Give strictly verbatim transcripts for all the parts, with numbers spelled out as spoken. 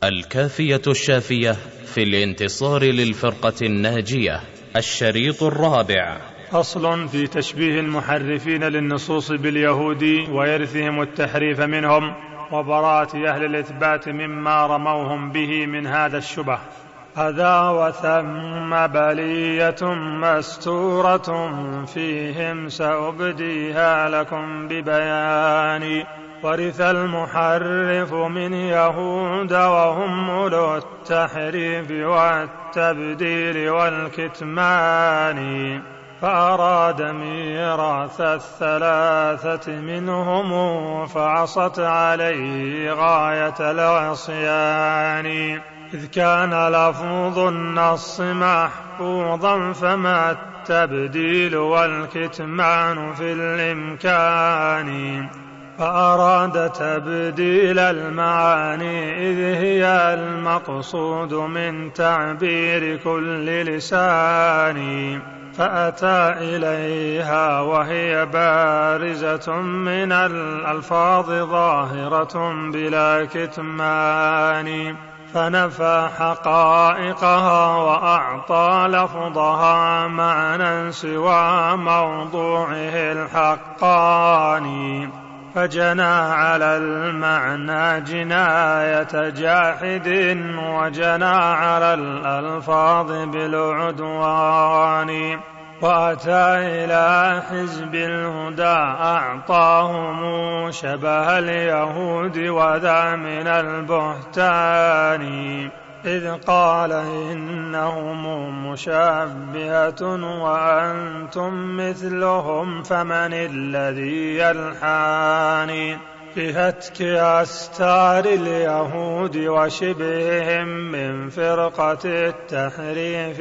الكافية الشافية في الانتصار للفرقة الناجية. الشريط الرابع. فصل في تشبيه المحرفين للنصوص باليهود ويرثهم التحريف منهم، وبراءة أهل الإثبات مما رموهم به من هذا الشبه. هذا وثم بلية مستورة فيهم سأبديها لكم ببيان. ورث المحرف من يهود وهم أولو التحريف والتبديل والكتمان، فأراد ميراث الثلاثة منهم فعصت عليه غاية العصيان. إذ كان لفظ النص محفوظا فما التبديل والكتمان في الإمكان، فأراد تبديل المعاني إذ هي المقصود من تعبير كل لسان، فأتى إليها وهي بارزة من الألفاظ ظاهرة بلا كتمان، فنفى حقائقها وأعطى لفظها معنى سوى موضوعه الحقاني، فجنى على المعنى جناية جاحد وجنى على الألفاظ بالعدوان، وأتى إلى حزب الهدى أعطاهم شبه اليهود وذا من البهتان، إذ قال إنهم مشابهة وأنتم مثلهم فمن الذي يلحان، في هتك أستار اليهود وشبههم من فرقة التحريف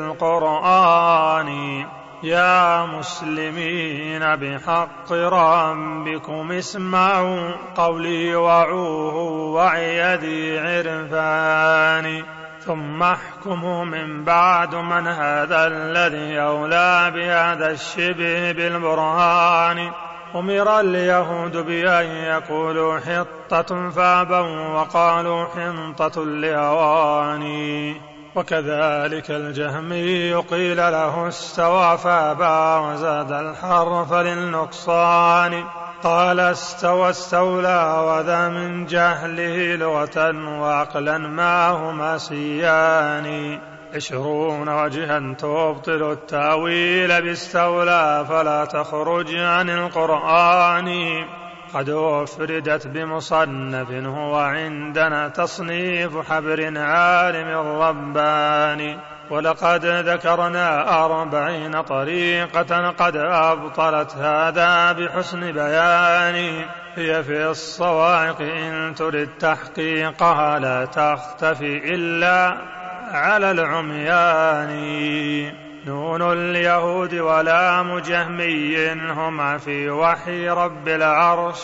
للقرآن. يا مسلمين بحق ربكم اسمعوا قولي وعوه وعي ذي عرفان، ثم احكموا من بعد من هذا الذي أولى بهذا الشبه بالبرهان. أمر اليهود بأن يقولوا حطة فابوا وقالوا حنطة لأواني، وكذلك الجهمي قيل له استوى فابا وزاد الحرف للنقصان، قال استوى استولى وذا من جهله لغة وعقلا ما هما سيان، عشرون وجها تبطل التأويل باستولى فلا تخرج عن القرآن، قد أفردت بمصنف هو عندنا تصنيف حبر عالم الرباني، ولقد ذكرنا أربعين طريقة قد أبطلت هذا بحسن بيان، هي في الصواعق إن ترد تحقيقها لا تختفي إلا على العميان. نون اليهود ولام جهمي هما في وحي رب العرش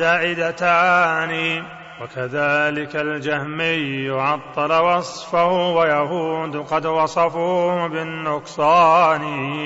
زائدتان، وكذلك الجهمي عطل وصفه ويهود قد وصفوه بالنقصان،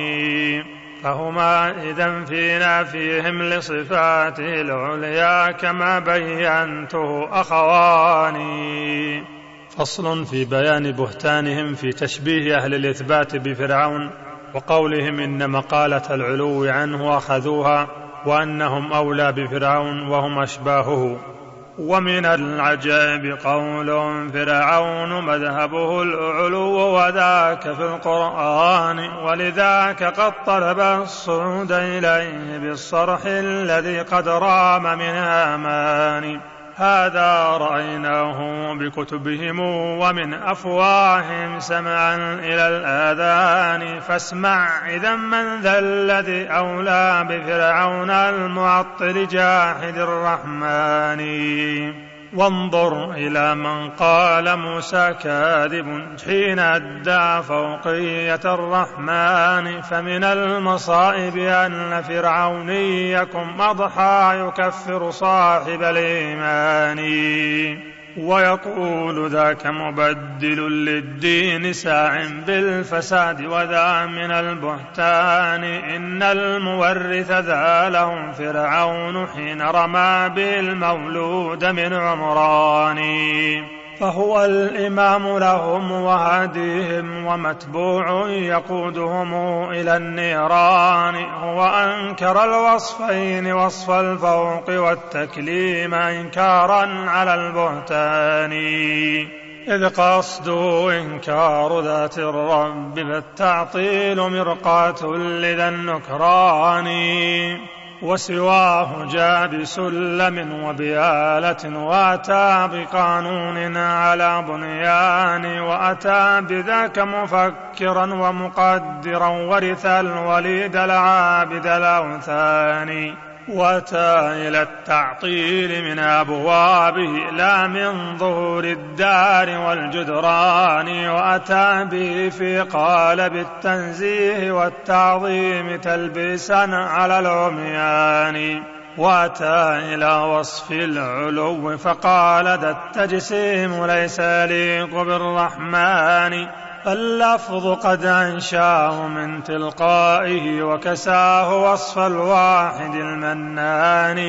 فهما إذن في نافيهم لصفاته العليا كما بينته أخواني. فصل في بيان بهتانهم في تشبيه أهل الإثبات بفرعون، وقولهم إن مقالة العلو عنه أخذوها وأنهم أولى بفرعون وهم أشباهه. ومن العجائب قول فرعون مذهبه العلو وذاك في القرآن، ولذاك قد طلب الصعود إليه بالصرح الذي قد رام من هامان، هذا رأيناه بكتبهم ومن أفواههم سمعا إلى الآذان، فاسمع إذا من ذا الذي أولى بفرعون المعطل جاحد الرحمن، وانظر إلى من قال موسى كاذب حين أدعى فوقية الرحمن، فمن المصائب أن فرعونيكم أضحى يكفر صاحب الإيمان، ويقول ذاك مبدل للدين ساع بالفساد وذا من البهتان، إن المورث ذا لهم فرعون حين رمى بالمولود من عمران، فهو الإمام لهم وهاديهم ومتبوع يقودهم إلى النيران. هو أنكر الوصفين وصف الفوق والتكليم إنكارا على البهتان، إذ قصد إنكار ذات الرب بالتعطيل مرقاة لذا النكران، وسواه جاء بسلم وبيالة وأتى بقانون على بنيان، وأتى بذاك مفكرا ومقدرا ورث الوليد العابد الأوثان، وأتى إلى التعطيل من أبوابه لا من ظهور الدار والجدران، وأتى به في قالب التنزيه والتعظيم تلبيسا على العميان، وأتى إلى وصف العلو فقال ذا التجسيم ليس يليق بالرحمن، اللفظ قد أنشاه من تلقائه وكساه وصف الواحد المنان،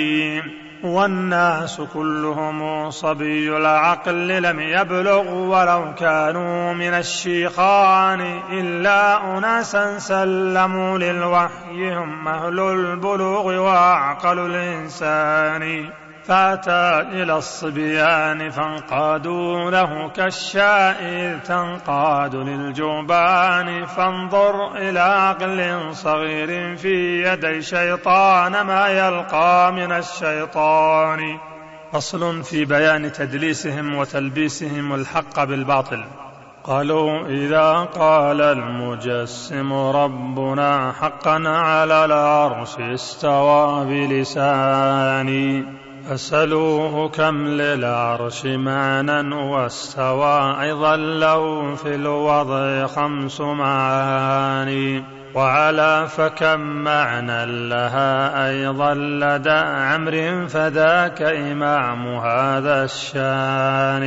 والناس كلهم صبي العقل لم يبلغ ولو كانوا من الشيخان، إلا أناسا سلموا للوحي هم أهل البلوغ وأعقل الإنسان، فأتى إلى الصبيان فانقادوا له كالشاء تنقاد للجبان، فانظر إلى عقل صغير في يدي شيطان ما يلقى من الشيطان. فصل في بيان تدليسهم وتلبيسهم الحق بالباطل. قالوا إذا قال المجسم ربنا حقا على العرش استوى بلساني، فسألوه كم للعرش معنى واستوى أيضا له في الوضع خمس معاني، وعلى فكم معنى لها أيضا لدى عمرو فذاك إمام هذا الشان،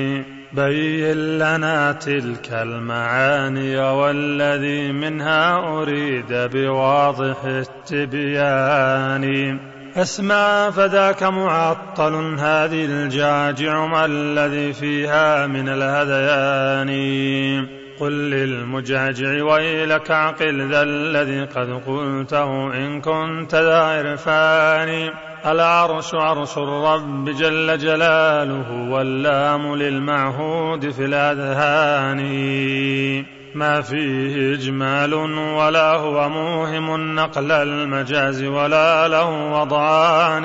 بين لنا تلك المعاني والذي منها أريد بواضح التبيان، أسمع فذاك معطل هذه الجاجع ما الذي فيها من الهذيان، قل للمجعجع ويلك عقل ذا الذي قد قلته إن كنت ذا عرفان، العرش عرش الرب جل جلاله واللام للمعهود في الأذهان، ما فيه إجمال ولا هو موهم نقل المجاز ولا له وضعان،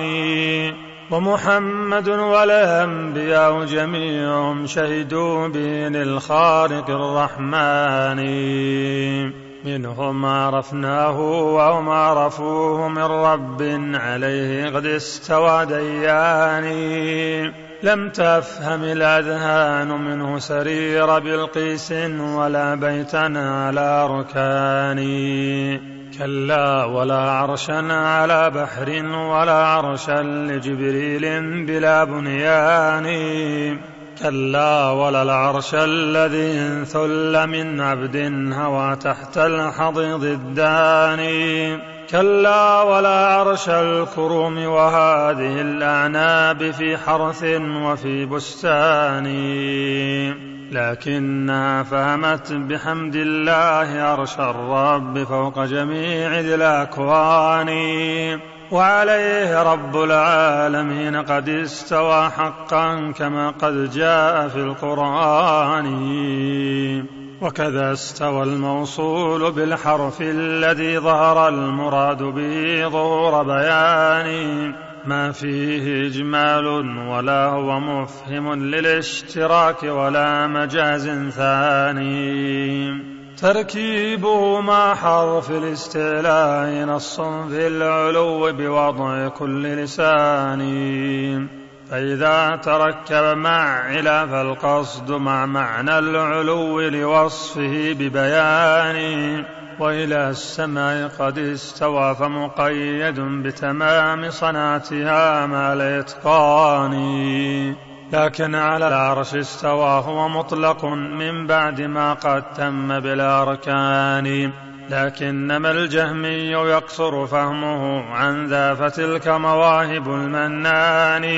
ومحمد والأنبياء جميعهم شهدوا به للخالق الرحمن، منهم عرفناه وهم عرفوه من رب عليه قد استوى ديان، لم تفهم الأذهان منه سرير بلقيس ولا بيتا على ركان، كلا ولا عرشا على بحر ولا عرشا لجبريل بلا بنيان، كلا ولا العرش الذي انثل من عبد هوى تحت الحضيض الداني، كلا ولا عرش الكروم وهذه الأعناب في حرث وفي بستان، لكنها فهمت بحمد الله عرش الرب فوق جميع ذي الأكوان، وعليه رب العالمين قد استوى حقا كما قد جاء في القرآن، وكذا استوى الموصول بالحرف الذي ظهر المراد به ظهور بيان، ما فيه إجمال ولا هو مفهم للاشتراك ولا مجاز ثاني، تركيبه مع حرف الاستعلاء نص في العلو بوضع كل لسان، فإذا تركب مع علا فالقصد مع معنى العلو لوصفه ببيان، وإلى السماء قد استوى فمقيد بتمام صنعتها مع الإتقان، لكن على العرش استوى هو مطلق من بعد ما قد تم بالأركان، لكنما الجهمي يقصر فهمه عن ذا فتلك مواهب المنان،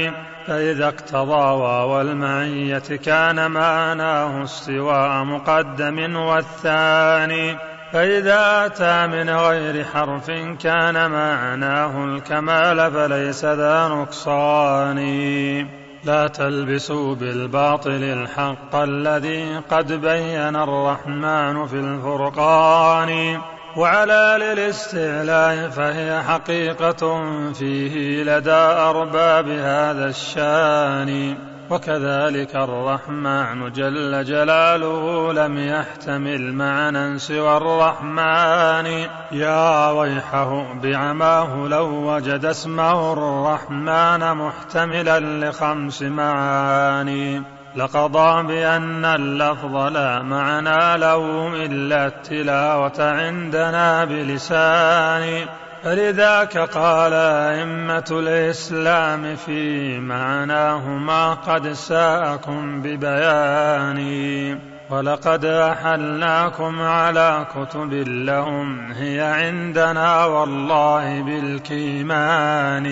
فإذا اقتضى واو المعية كان معناه استواء مقدم والثاني، فإذا أتى من غير حرف كان معناه الكمال فليس ذا نقصان. لا تلبسوا بالباطل الحق الذي قد بين الرحمن في الفرقان، وعلى للاستعلاء فهي حقيقة فيه لدى أرباب هذا الشان. وكذلك الرحمن جل جلاله لم يحتمل معنى سوى الرحمن، يا ويحه بعماه لو وجد اسمه الرحمن محتملا لخمس معاني، لقضى بأن اللفظ لا معنى له إلا التلاوة عندنا بلسان. فلذاك قال أئمة الإسلام في معناه ما قد ساءكم ببيان، ولقد أحلناكم على كتب لهم هي عندنا والله بالكيمان.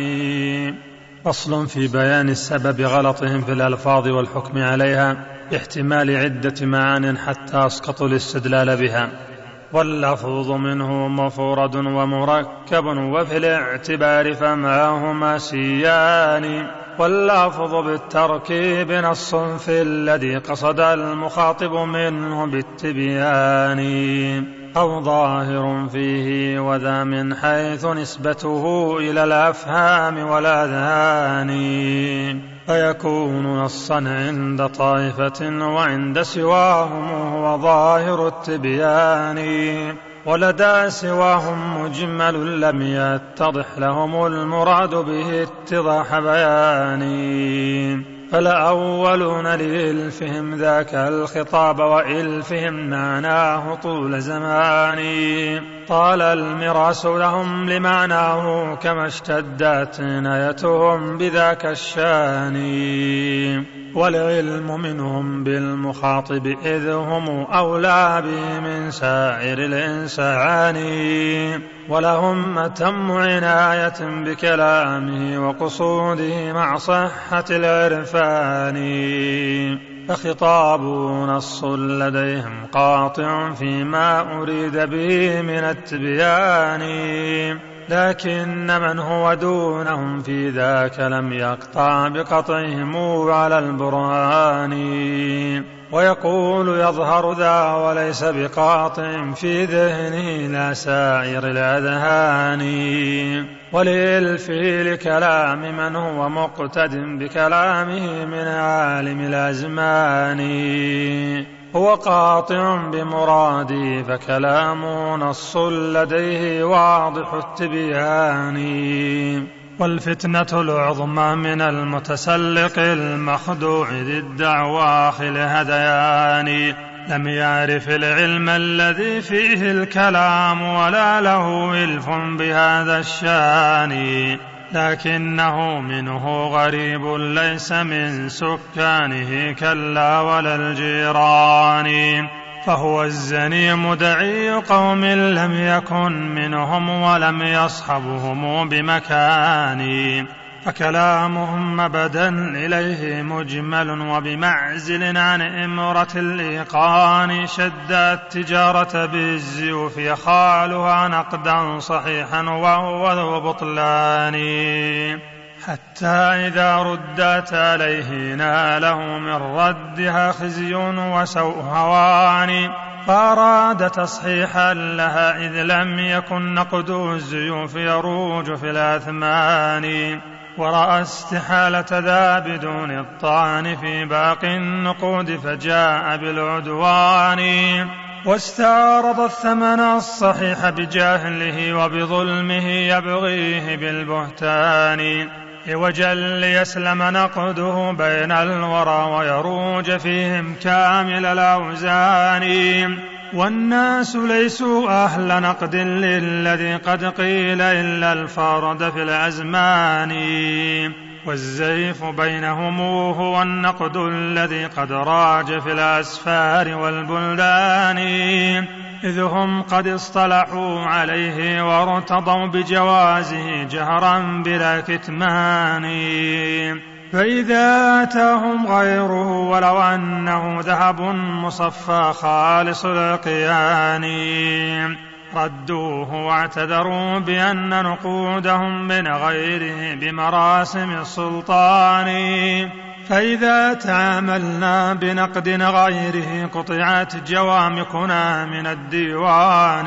فصل في بيان السبب غلطهم في الألفاظ والحكم عليها باحتمال عدة معان حتى أسقطوا الاستدلال بها. واللفظ منه مفرد ومركب وفي الاعتبار فما هما سيان، واللفظ بالتركيب نص في الذي قصد المخاطب منه بالتبيان، أو ظاهر فيه وذا من حيث نسبته إلى الأفهام والأذهان، فيكون نصا عند طائفة وعند سواهم هو ظاهر التبيان، ولدى سواهم مجمل لم يتضح لهم المراد به اتضاح بيان. فالأولون لإلفهم ذاك الخطاب وإلفهم معناه طول زمان، طال المراس لهم لمعناه كما اشتدت عنايتهم بذاك الشان. والعلم منهم بالمخاطب إذ هم أولى به من سائر الإنسان، ولهم أتم عناية بكلامه وقصوده مع صحة العرفان. فخطابه نص لديهم قاطع فيما أريد به من التبيان، لكن من هو دونهم في ذاك لم يقطع بقطعهم على البرهان. ويقول يظهر ذا وليس بقاطع في ذهنه لا سائر الأذهان، ولإلفه لكلام من هو مقتد بكلامه من عالم الأزمان، هو قاطع بمرادي فكلامه نص لديه واضح التبيان. والفتنة العظمى من المتسلق المخدوع ذي الدعواخ الهذيان، لم يعرف العلم الذي فيه الكلام ولا له إلف بهذا الشان، لكنه منه غريب ليس من سكانه كلا ولا الجيران، فهو الزنيم دعي قوم لم يكن منهم ولم يصحبهم بمكان، فكلامهم أبدا إليه مجمل وبمعزل عن إمرة الإيقان، شد التجارة بالزيوف يخالها نقدا صحيحا وهو ذو بطلان، حتى إذا ردت عليه ناله من ردها خزي وسوء هوان، فأراد تصحيحا لها إذ لم يكن نقد الزيوف يروج في الأثمان، ورأى استحالة ذا بدون الطعن في باقي النقود فجاء بالعدوان، واستعرض الثمن الصحيح بجهله وبظلمه يبغيه بالبهتان، عوجا ليسلم نقده بين الورى ويروج فيهم كامل الأوزان، والناس ليسوا أهل نقد للذي قد قيل إلا الفرد في الأزمان، والزيف بينهم هو النقد الذي قد راج في الأسفار والبلدان، إذ هم قد اصطلحوا عليه وارتضوا بجوازه جهرا بلا كتمان، فإذا أتاهم غيره ولو أنه ذهب مصفى خالص العقيان ردوه واعتذروا بأن نقودهم من غيره بمراسم السلطان. فإذا تعاملنا بنقد غيره قطعت جوامكنا من الديوان.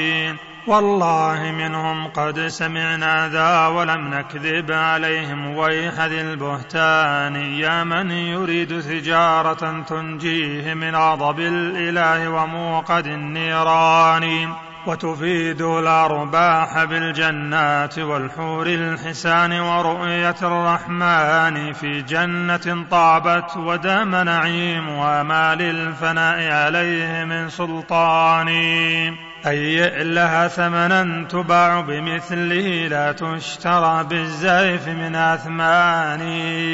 والله منهم قد سمعنا ذا ولم نكذب عليهم ويح ذي البهتان. يا من يريد تجارة تنجيه من غضب الإله وموقد النيران وتفيد الأرباح بالجنات والحور الحسان ورؤية الرحمن في جنة طابت ودام نعيم وما للفناء عليه من سلطان. هيئ لها ثمنا تباع بمثله لا تشترى بالزيف من أثمان.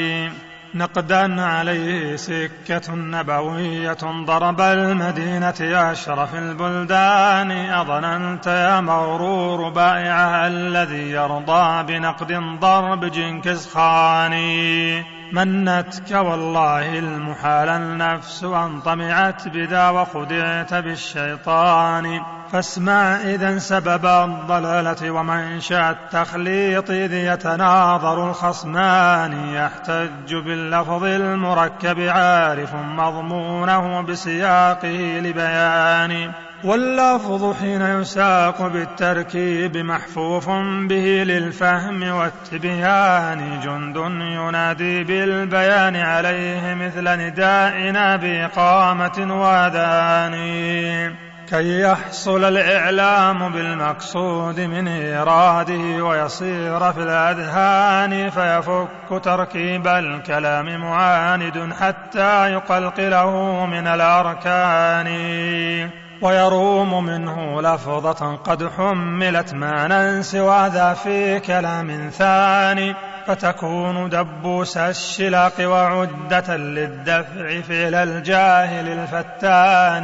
نقدا عليه سكة نبوية ضرب المدينة أشرف البلدان. أظننت يا مغرور بائعها الذي يرضى بنقد ضرب جنكز خان. منتك والله المحال النفس أن طمعت بذا وخدعت بالشيطان. فاسمع إذن سبب الضلالة ومنشأ التخليط إذ يتناظر الخصمان. يحتج باللفظ المركب عارف مضمونه بسياقه لبيان. واللفظ حين يساق بالتركيب محفوف به للفهم والتبيان. جند ينادي بالبيان عليه مثل ندائنا بإقامة وأذان. كي يحصل الإعلام بالمقصود من إراده ويصير في الأذهان فيفك تركيب الكلام معاند حتى يقلقله من الأركان. ويروم منه لفظة قد حملت معنى سوى ذا في كلام ثاني فتكون دبوس الشلاق وعدة للدفع فعل الجاهل الفتان.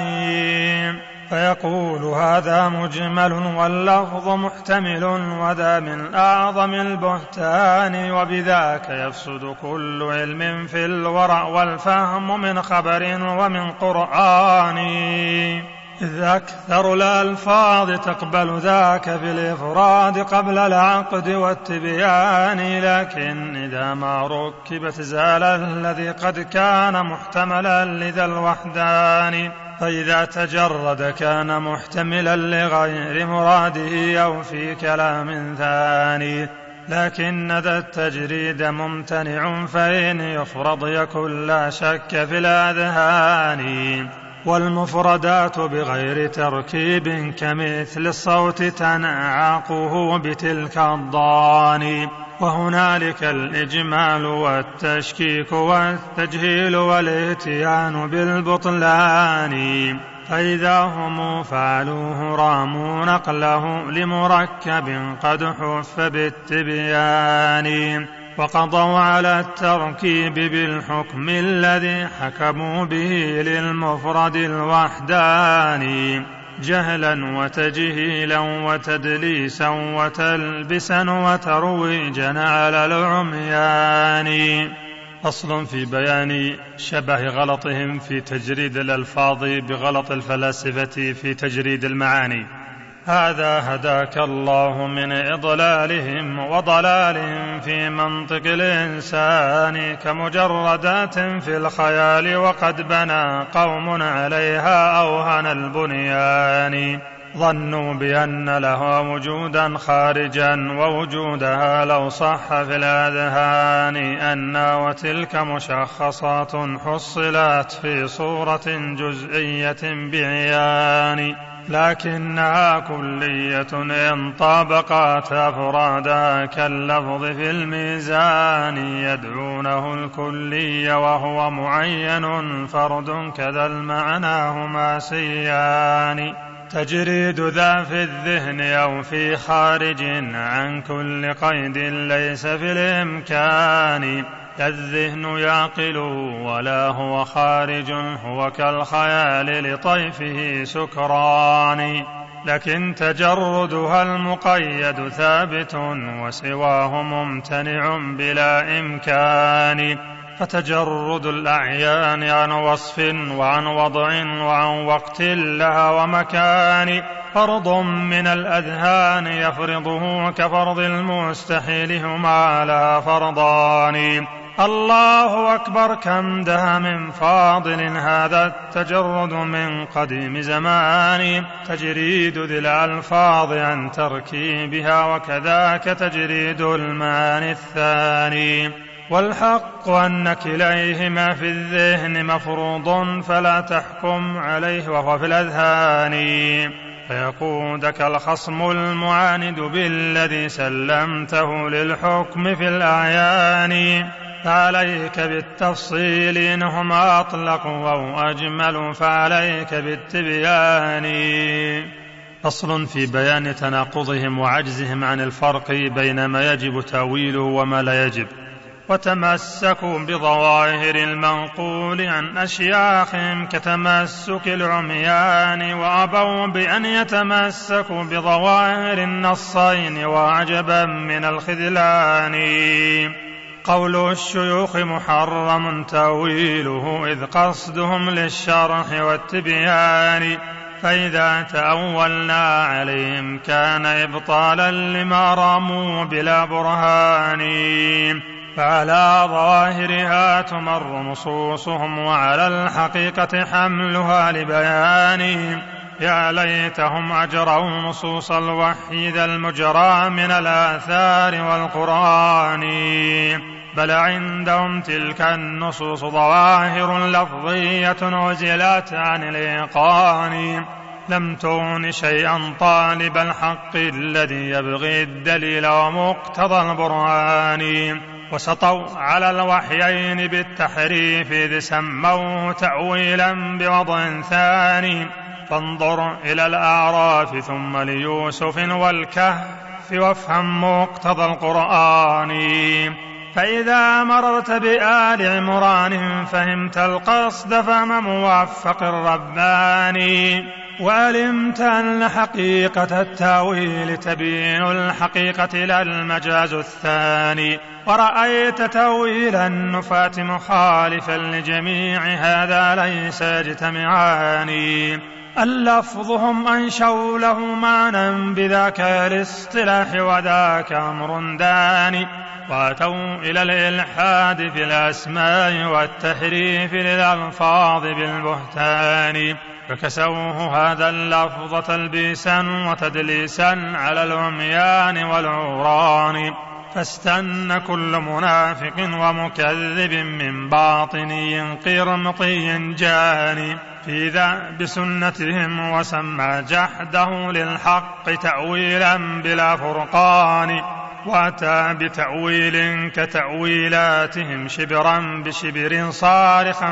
فيقول هذا مجمل واللفظ محتمل وذا من أعظم البهتان. وبذاك يفسد كل علم في الورع والفهم من خبر ومن قرآن. إذ أكثر الألفاظ تقبل ذاك في الإفراد قبل العقد والتبيان. لكن إذا ما ركبت زال الذي قد كان محتملا لذا الوحدان. فإذا تجرد كان محتملا لغير مراده أو في كلام ثاني. لكن ذا التجريد ممتنع فإن يفرض يكن لا شك في الأذهان. والمفردات بغير تركيب كمثل الصوت تنعقه بتلك الضان. وهنالك الإجمال والتشكيك والتجهيل والاتيان بالبطلان. فإذا هم فعلوه راموا نقله لمركب قد حف بالتبيان. وقضوا على التركيب بالحكم الذي حكموا به للمفرد الوحداني جهلا وتجهيلا وتدليسا وتلبسا وترويجا على العميان. أصل في بيان شبه غلطهم في تجريد الألفاظ بغلط الفلاسفة في تجريد المعاني. هذا هداك الله من إضلالهم وضلالهم في منطق الإنسان كمجردات في الخيال وقد بنى قوم عليها أوهن البنيان. ظنوا بأن لها وجودا خارجا ووجودها لو صح في الأذهان أن وتلك مشخصات حصلت في صورة جزئية بعيان. لكنها كلية إن طابقت أفرادها كاللفظ في الميزان يدعونه الكلي وهو معين فرد كذا المعنى هما سيان. تجريد ذا في الذهن أو في خارج عن كل قيد ليس في الإمكان. الذهن يعقل ولا هو خارج هو كالخيال لطيفه سكران. لكن تجردها المقيد ثابت وسواه ممتنع بلا إمكان. فتجرد الأعيان عن وصف وعن وضع وعن وقت لها ومكان فرض من الأذهان يفرضه كفرض المستحيل هما لا فرضان. الله أكبر كم ده من فاضل هذا التجرد من قديم زمان. تجريد ذي الألفاظ عن تركيبها وكذاك تجريد المعنى الثاني. والحق أن كليهما في الذهن مفروض فلا تحكم عليه وهو في الأذهان. فيقودك الخصم المعاند بالذي سلمته للحكم في الأعيان. فعليك بالتفصيل إنهم أطلقوا أو أجملوا فعليك بالتبيان. فصل في بيان تناقضهم وعجزهم عن الفرق بين ما يجب تأويله وما لا يجب. وتمسكوا بظواهر المنقول عن أشياخهم كتمسك العميان. وأبوا بأن يتمسكوا بظواهر النصين وعجبا من الخذلان. قول الشيوخ محرم تأويله إذ قصدهم للشرح والتبيان. فإذا تأولنا عليهم كان إبطالا لما راموا بلا برهان. فعلى ظواهرها تمر نصوصهم وعلى الحقيقة حملها لبيان. يا ليتهم أجروا نصوص الوحي ذا المجرى من الآثار والقرآن. بل عندهم تلك النصوص ظواهر لفظية عزلت عن الإيقان. لم تغن شيئا طالب الحق الذي يبغي الدليل ومقتضى البرهان. وسطوا على الوحيين بالتحريف إذ سموه تأويلا بوضع ثاني. فانظر إلى الأعراف ثم ليوسف والكهف وافهم مقتضى القرآن. فإذا مررت بآل عمران فهمت القصد فهم موفق الرباني. وعلمت أن حقيقة التأويل تبين الحقيقة لا المجاز الثاني. ورأيت تأويل النفاة مخالفا لجميع هذا ليس يجتمعان. اللفظ هم أنشوا له معنى بذاك الاصطلاح وذاك أمر داني. واتوا إلى الإلحاد في الأسماء والتحريف للألفاظ بالبهتان. فكسوه هذا اللفظ تلبيسا وتدليسا على العميان والعوران. فاستن كل منافق ومكذب من باطني قرمطي جاني في ذا بسنتهم وسمى جحده للحق تأويلا بلا فرقان. وأتى بتأويل كتأويلاتهم شبرا بشبر صارخا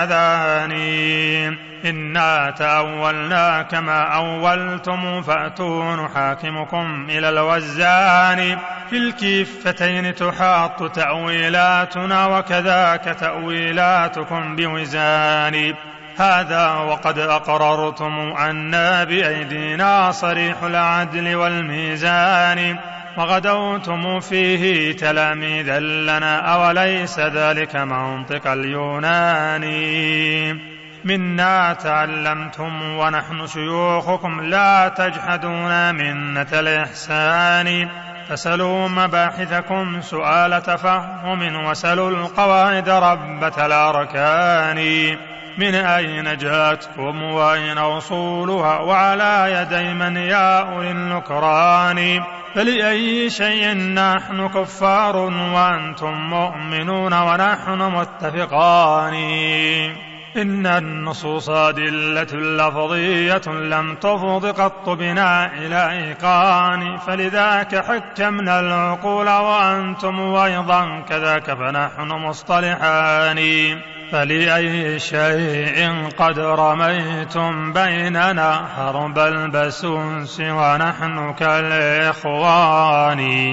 بأذاني. إنا تأولنا كما أولتم فأتوا نحاكمكم إلى الوزان. في الكفتين تحاط تأويلاتنا وكذاك تأويلاتكم بوزان. هذا وقد أقررتم أنا بأيدينا صريح العدل والميزان. وغدوتم فيه تلاميذا لنا أوليس ذلك منطق اليوناني. منا تعلمتم ونحن شيوخكم لا تجحدون منة الإحسان. فسلوا مباحثكم سؤال تفهم وسلوا القواعد ربة الأركان. من أين جاءتكم وأين أصولها وعلى يدي من يا أولي النكران. فلأي شيء نحن كفار وأنتم مؤمنون ونحن متفقان. إن النصوص أدلة لفظية لم تفض قط بنا إلى إيقان. فلذاك حكمنا العقول وأنتم أيضا كذاك فنحن مصطلحان. فلأي شيء قد رميتم بيننا حرب البسوس ونحن كالإخوان.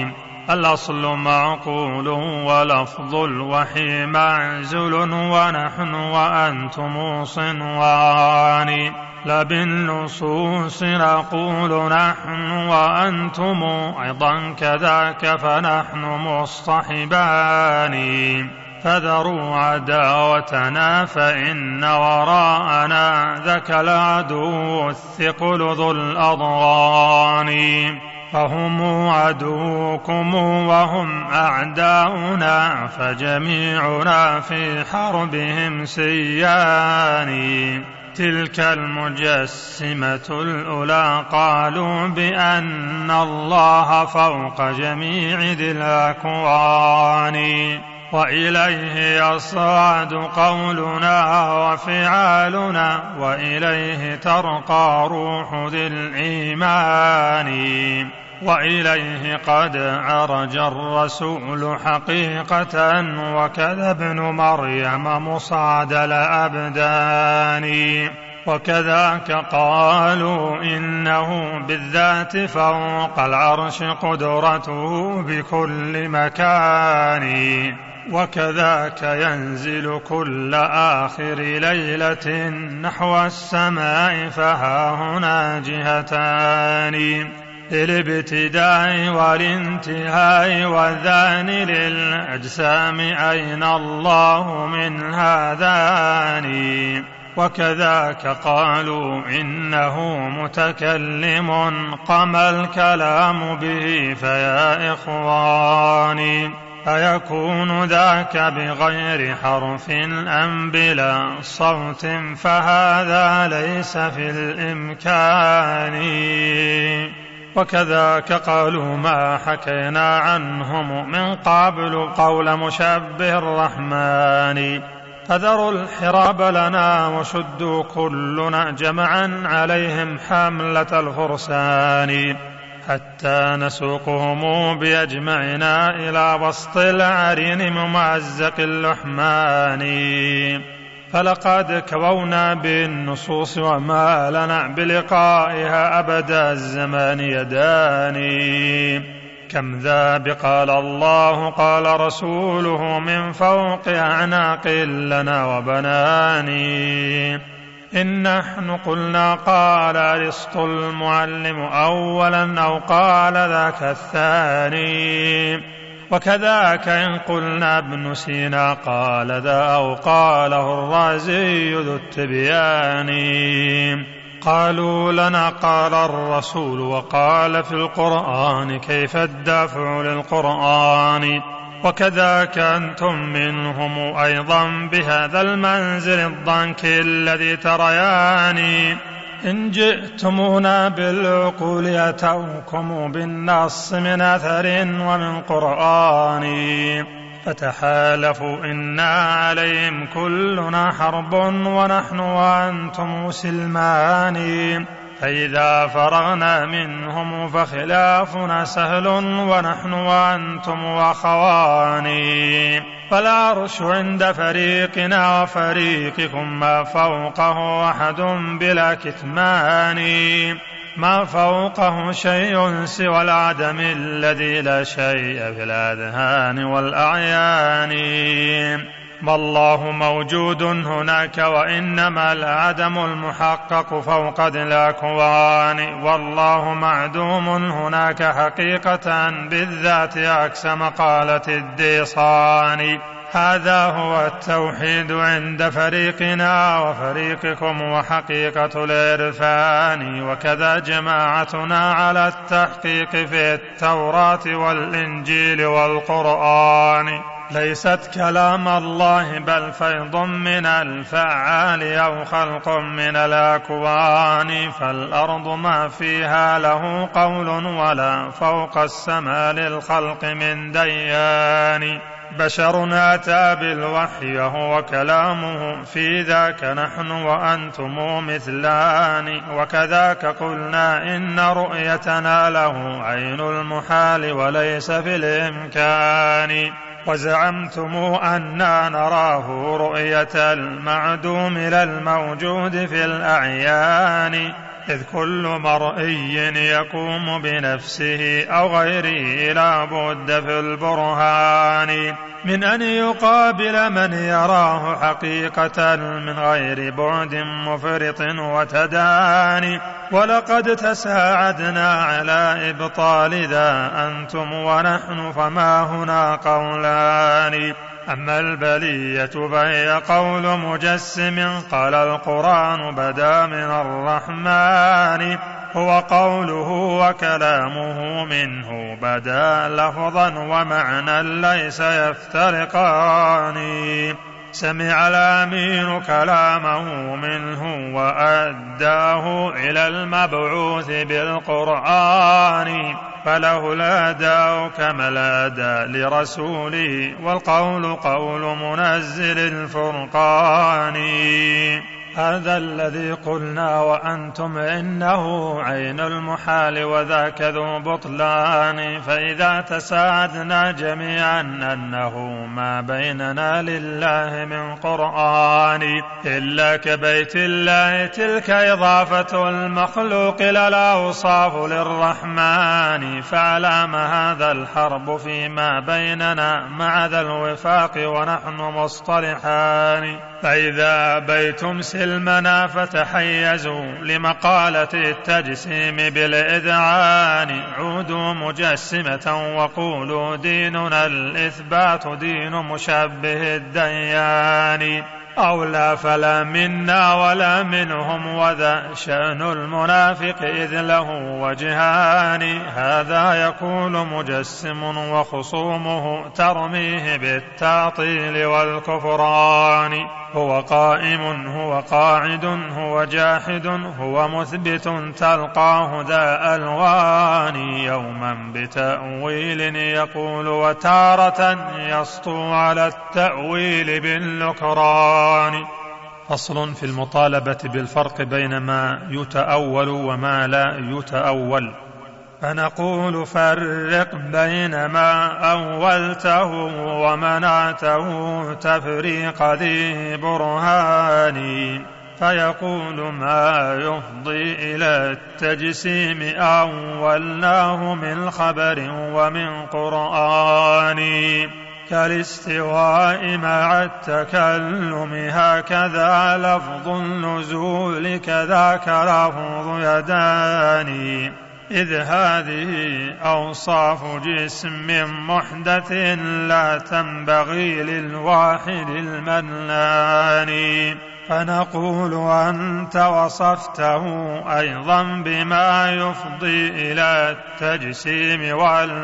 الأصل معقول ولفظ الوحي معزل ونحن وأنتم صنوان لا بالنصوص نقول نحن وأنتم أيضا كذاك فنحن مصطحبان فذروا عداوتنا فإن وراءنا ذاك العدو الثقل ذو الأضغان فهم عدوكم وهم أعداؤنا فجميعنا في حربهم سيان تلك المجسمة الأولى قالوا بأن الله فوق جميع ذي الأكوان وإليه يصعد قولنا وفعالنا وإليه ترقى روح ذي الإيمان وإليه قد عرج الرسول حقيقة وكذا ابن مريم مصعد الأبدان وكذاك قالوا إنه بالذات فوق العرش قدرته بكل مكان وكذاك ينزل كل آخر ليلة نحو السماء فها هنا جهتان للابتداء والانتهاء والذان للأجسام أين الله من هذان وكذاك قالوا إنه متكلم قام الكلام به فيا إخواني أيكون ذاك بغير حرف أم بلا صوت فهذا ليس في الإمكان وكذاك قالوا ما حكينا عنهم من قبل قول مشبه الرحمن فذروا الحراب لنا وشدوا كلنا جمعا عليهم حملة الفرسان حتى نسوقهم بأجمعنا إلى وسط العرين ممزق اللحمان فلقد كوونا بالنصوص وما لنا بلقائها أبد الزمان يداني كم ذاب قال الله قال رسوله من فوق أعناق لنا وبناني إن نحن قلنا قال أرسطو المعلم أولا أو قال ذاك الثاني وكذاك إن قلنا ابن سينا قال ذا أو قاله الرازي ذو التبيان قالوا لنا قال الرسول وقال في القرآن كيف الدافع للقرآن وكذاك أنتم منهم أيضا بهذا المنزل الضنك الذي ترياني إن جئتمونا بالعقول أتوكم بالنص من أثر ومن قرآن فتحالفوا إنا عليهم كلنا حرب ونحن وأنتم سلمان فإذا فرغنا منهم فخلافنا سهل ونحن وأنتم وأخواني فالعرش عند فريقنا وفريقكم ما فوقه أحد بلا كتمان ما فوقه شيء سوى العدم الذي لا شيء في الأذهان والأعيان ما الله موجود هناك وإنما العدم المحقق فوق ذي الأكوان والله معدوم هناك حقيقة بالذات عكس مقالة الديصان هذا هو التوحيد عند فريقنا وفريقكم وحقيقة العرفان وكذا جماعتنا على التحقيق في التوراة والإنجيل والقرآن ليست كلام الله بل فيض من الفعال أو خلق من الأكوان فالأرض ما فيها له قول ولا فوق السماء للخلق من ديان بشر أتى بالوحي وهو كلامه في ذاك نحن وأنتم مثلان وكذاك قلنا إن رؤيتنا له عين المحال وليس في الإمكان وزعمتم أنا نراه رؤية المعدوم للموجود في الأعيان، إذ كل مرئي يقوم بنفسه أو غيره لا بد في البرهان من أن يقابل من يراه حقيقة من غير بعد مفرط وتداني. ولقد تساعدنا على إبطال ذا أنتم ونحن فما هنا قولان. أما البلية فهي قول مجسم قال القرآن بدا من الرحمن، هو قوله وكلامه منه بدا لفظا ومعنى ليس يفترقان. سمع الأمين كلامه منه وأداه إلى المبعوث بالقرآن، فله الأداء كما الأداء لرسوله، والقول قول منزل الفرقان. هذا الذي قلنا وأنتم إنه عين المحال وذاك ذو بطلان. فإذا تساعدنا جميعا أنه ما بيننا لله من قرآن إلا كبيت الله، تلك إضافة المخلوق للأوصاف للرحمن. فعلام هذا الحرب فيما بيننا مع ذا الوفاق ونحن مصطلحان. فإذا أبيتم سلمنا فتحيزوا لمقالة التجسيم بالإذعان، عودوا مجسمة وقولوا ديننا الإثبات دين مشبه الديان. أو لا فلا منا ولا منهم، وذا شأن المنافق إذ له وجهان. هذا يقول مجسم وخصومه ترميه بالتعطيل والكفران. هو قائم هو قاعد هو جاحد هو مثبت تلقاه ذا ألوان، يوما بتأويل يقول وتارة يسطو على التأويل بالنكران. فصل في المطالبة بالفرق بين ما يتأول وما لا يتأول. فنقول فرق بين ما أولته ومنعته تفريق ذي برهان. فيقول ما يفضي إلى التجسيم أولناه من خبر ومن قرآن، كالاستواء مع التكلم هكذا لفظ النزول كذاك لفظ يدان. إذ هذه أوصاف جسم محدث لا تنبغي للواحد المنان. فنقول أنت وصفته أيضا بما يفضي إلى التجسيم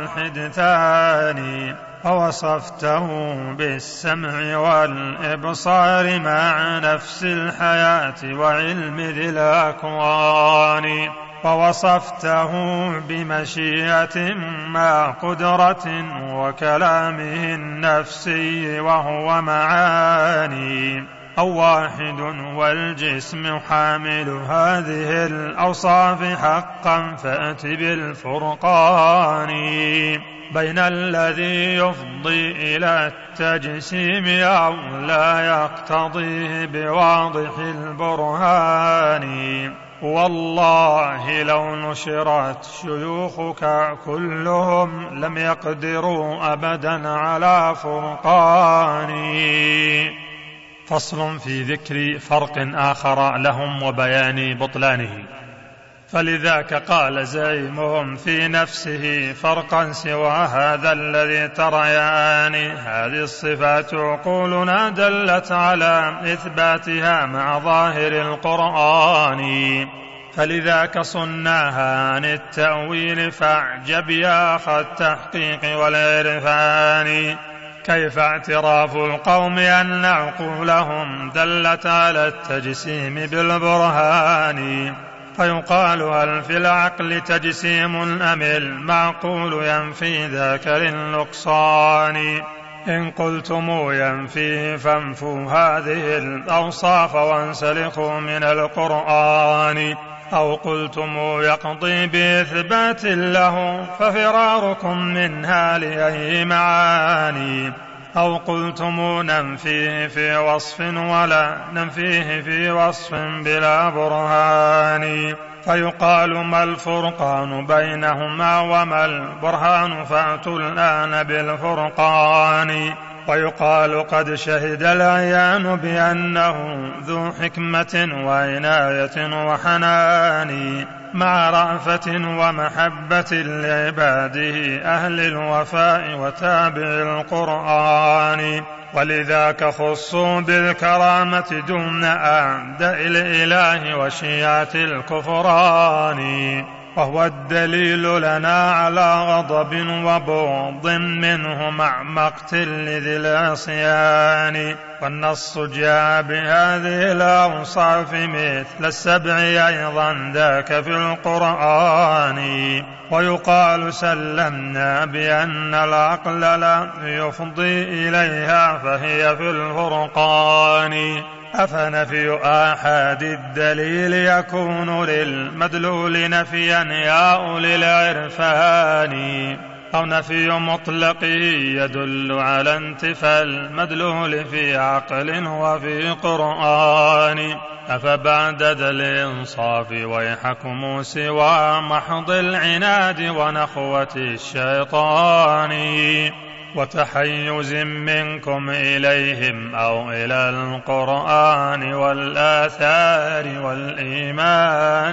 والحدثان، ووصفته بالسمع والإبصار مع نفس الحياة وعلم ذي الأكوان، ووصفته بمشيئة مع قدرة وكلامه النفسي وهو معاني. أو واحد والجسم حامل هذه الأوصاف حقا فأت بالفرقان بين الذي يفضي إلى التجسيم أو لا يقتضيه بواضح البرهان. والله لو نشرت شيوخك كلهم لم يقدروا أبدا على فرقان. فصل في ذكر فرق آخر لهم وبيان بطلانه. فلذاك قال زعيمهم في نفسه فرقا سوى هذا الذي تريان. هذه الصفات عقولنا دلت على إثباتها مع ظاهر القرآن، فلذاك صناها عن التأويل فاعجب يا أخ التحقيق والعرفان. كيف اعتراف القوم أن عقولهم دلت على التجسيم بالبرهان، فيقال هل في العقل تجسيم أم المعقول ينفي ذاك للنقصان. إن قلتم ينفيه فانفوا هذه الأوصاف وانسلخوا من القرآن، أو قلتم يقضي بإثبات له ففراركم منها لأي معاني. أو قلتم ننفيه في وصف ولا ننفيه في وصف بلا برهان، فيقال ما الفرقان بينهما وما البرهان فأتوا الآن بالفرقان. ويقال قد شهد العيان بأنه ذو حكمة وعناية وحنان، مع رأفة ومحبة لعباده أهل الوفاء وتابع القرآن. ولذاك خصوا بالكرامة دون أعداء الإله وشيعة الكفران، وهو الدليل لنا على غضب وبغض منه مع مقتل ذي العصيان. والنص جاء بهذه الأوصاف مثل السبع أيضا ذاك في القرآن. ويقال سلمنا بأن العقل لا يفضي إليها فهي في الفرقان. أفنفي آحاد الدليل يكون للمدلول نفيا يا أولي العرفان، أو نفي مطلق يدل على انتفاء المدلول في عقل وفي قرآن. أفبعد ذا الإنصاف ويحكم سوى محض العناد ونخوة الشيطان، وتحيز منكم إليهم أو إلى القرآن والآثار والإيمان.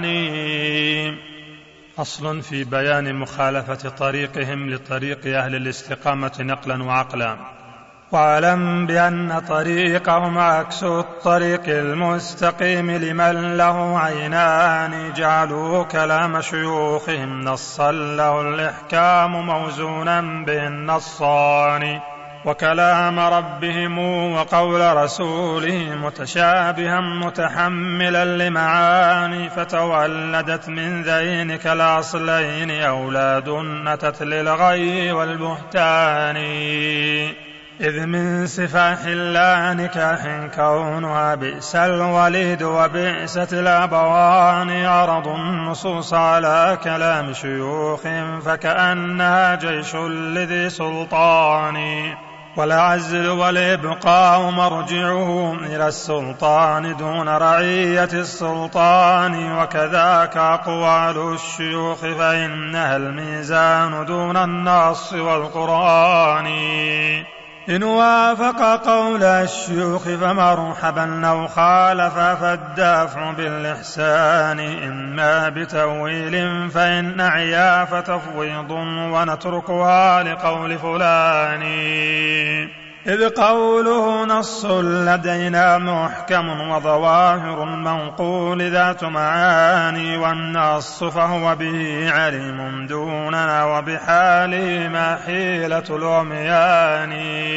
أصل في بيان مخالفة طريقهم لطريق أهل الاستقامة نقلا وعقلا. واعلم بأن طريقهم عكس الطريق المستقيم لمن له عينان، جعلوا كلام شيوخهم نصا له الإحكام موزونا بالنصان، وكلام ربهم وقول رسوله متشابها متحملا لمعاني، فتولدت من ذينك الأصلين أولاد نتت للغي والبهتان. إذ من سفاح لا نكاح كونها بئس الوليد وبئست الأبوان، عرض النصوص على كلام شيوخ فكأنها جيش لذي سلطان، والعزل والإبقاء مرجعه إلى السلطان دون رعية السلطان. وكذاك أقوال الشيوخ فإنها الميزان دون النص والقرآن. إن وافق قول الشيوخ فمرحبا، أو خالف فالدافع بالإحسان، إما بتأويل فإن أعيا فتفويض ونتركها لقول فلان. إذ قوله نص لدينا محكم وظواهر منقول ذات معاني، والنص فهو به علم دوننا وبحاله ما حيلة العميان.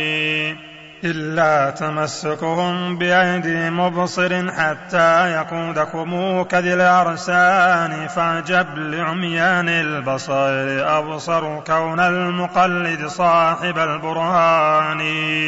إلا تمسكهم بأيدي مبصر حتى يقودكم كذي الأرسان، فاعجب لعميان البصائر أبصر كون المقلد صاحب البرهان،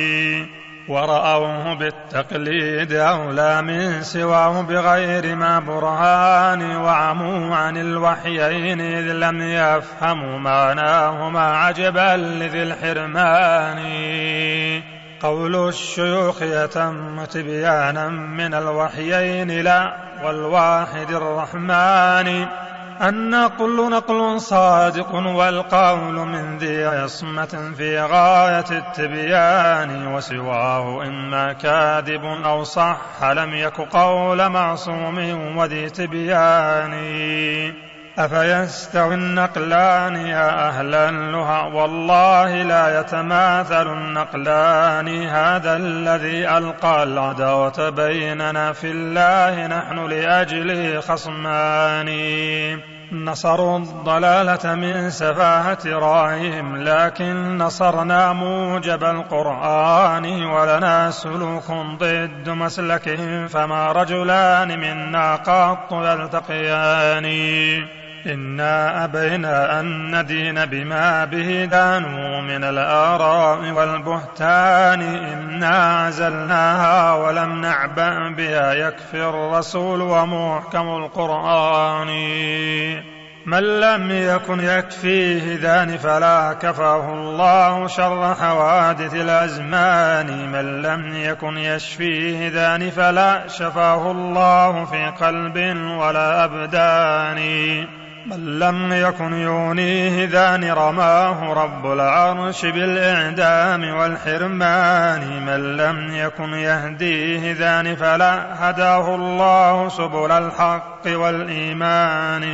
ورأوه بالتقليد أولى من سواه بغير ما برهان، وعموا عن الوحيين إذ لم يفهموا معناهما عجبا لذي الحرمان. قول الشيوخ يتم تبيانا من الوحيين لا والواحد الرحمن، النقل نقل صادق والقول من ذي عصمة في غاية التبيان، وسواه إما كاذب أو صح لم يك قول معصوم وذي تبيان. أفيستوي النقلان يا أهل اللهى والله لا يتماثل النقلان، هذا الذي ألقى العداوة بيننا في الله نحن لأجله خصمان. نصروا الضلالة من سفاهة رأيهم لكن نصرنا موجب القرآن، ولنا سلوك ضد مسلكهم فما رجلان منا قط يلتقيان. إنا أبينا أن ندين بما به دانوا من الآراء والبهتان، إنا عزلناها ولم نعبأ بها يكفي الرسول ومحكم القرآن. من لم يكن يكفيه ذان فلا كفاه الله شر حوادث الأزمان. من لم يكن يشفيه ذان فلا شفاه الله في قلب ولا أبدان. من لم يكن يونيه ذان رماه رب العرش بالإعدام والحرمان. من لم يكن يهديه ذان فلا هداه الله سبل الحق والإيمان.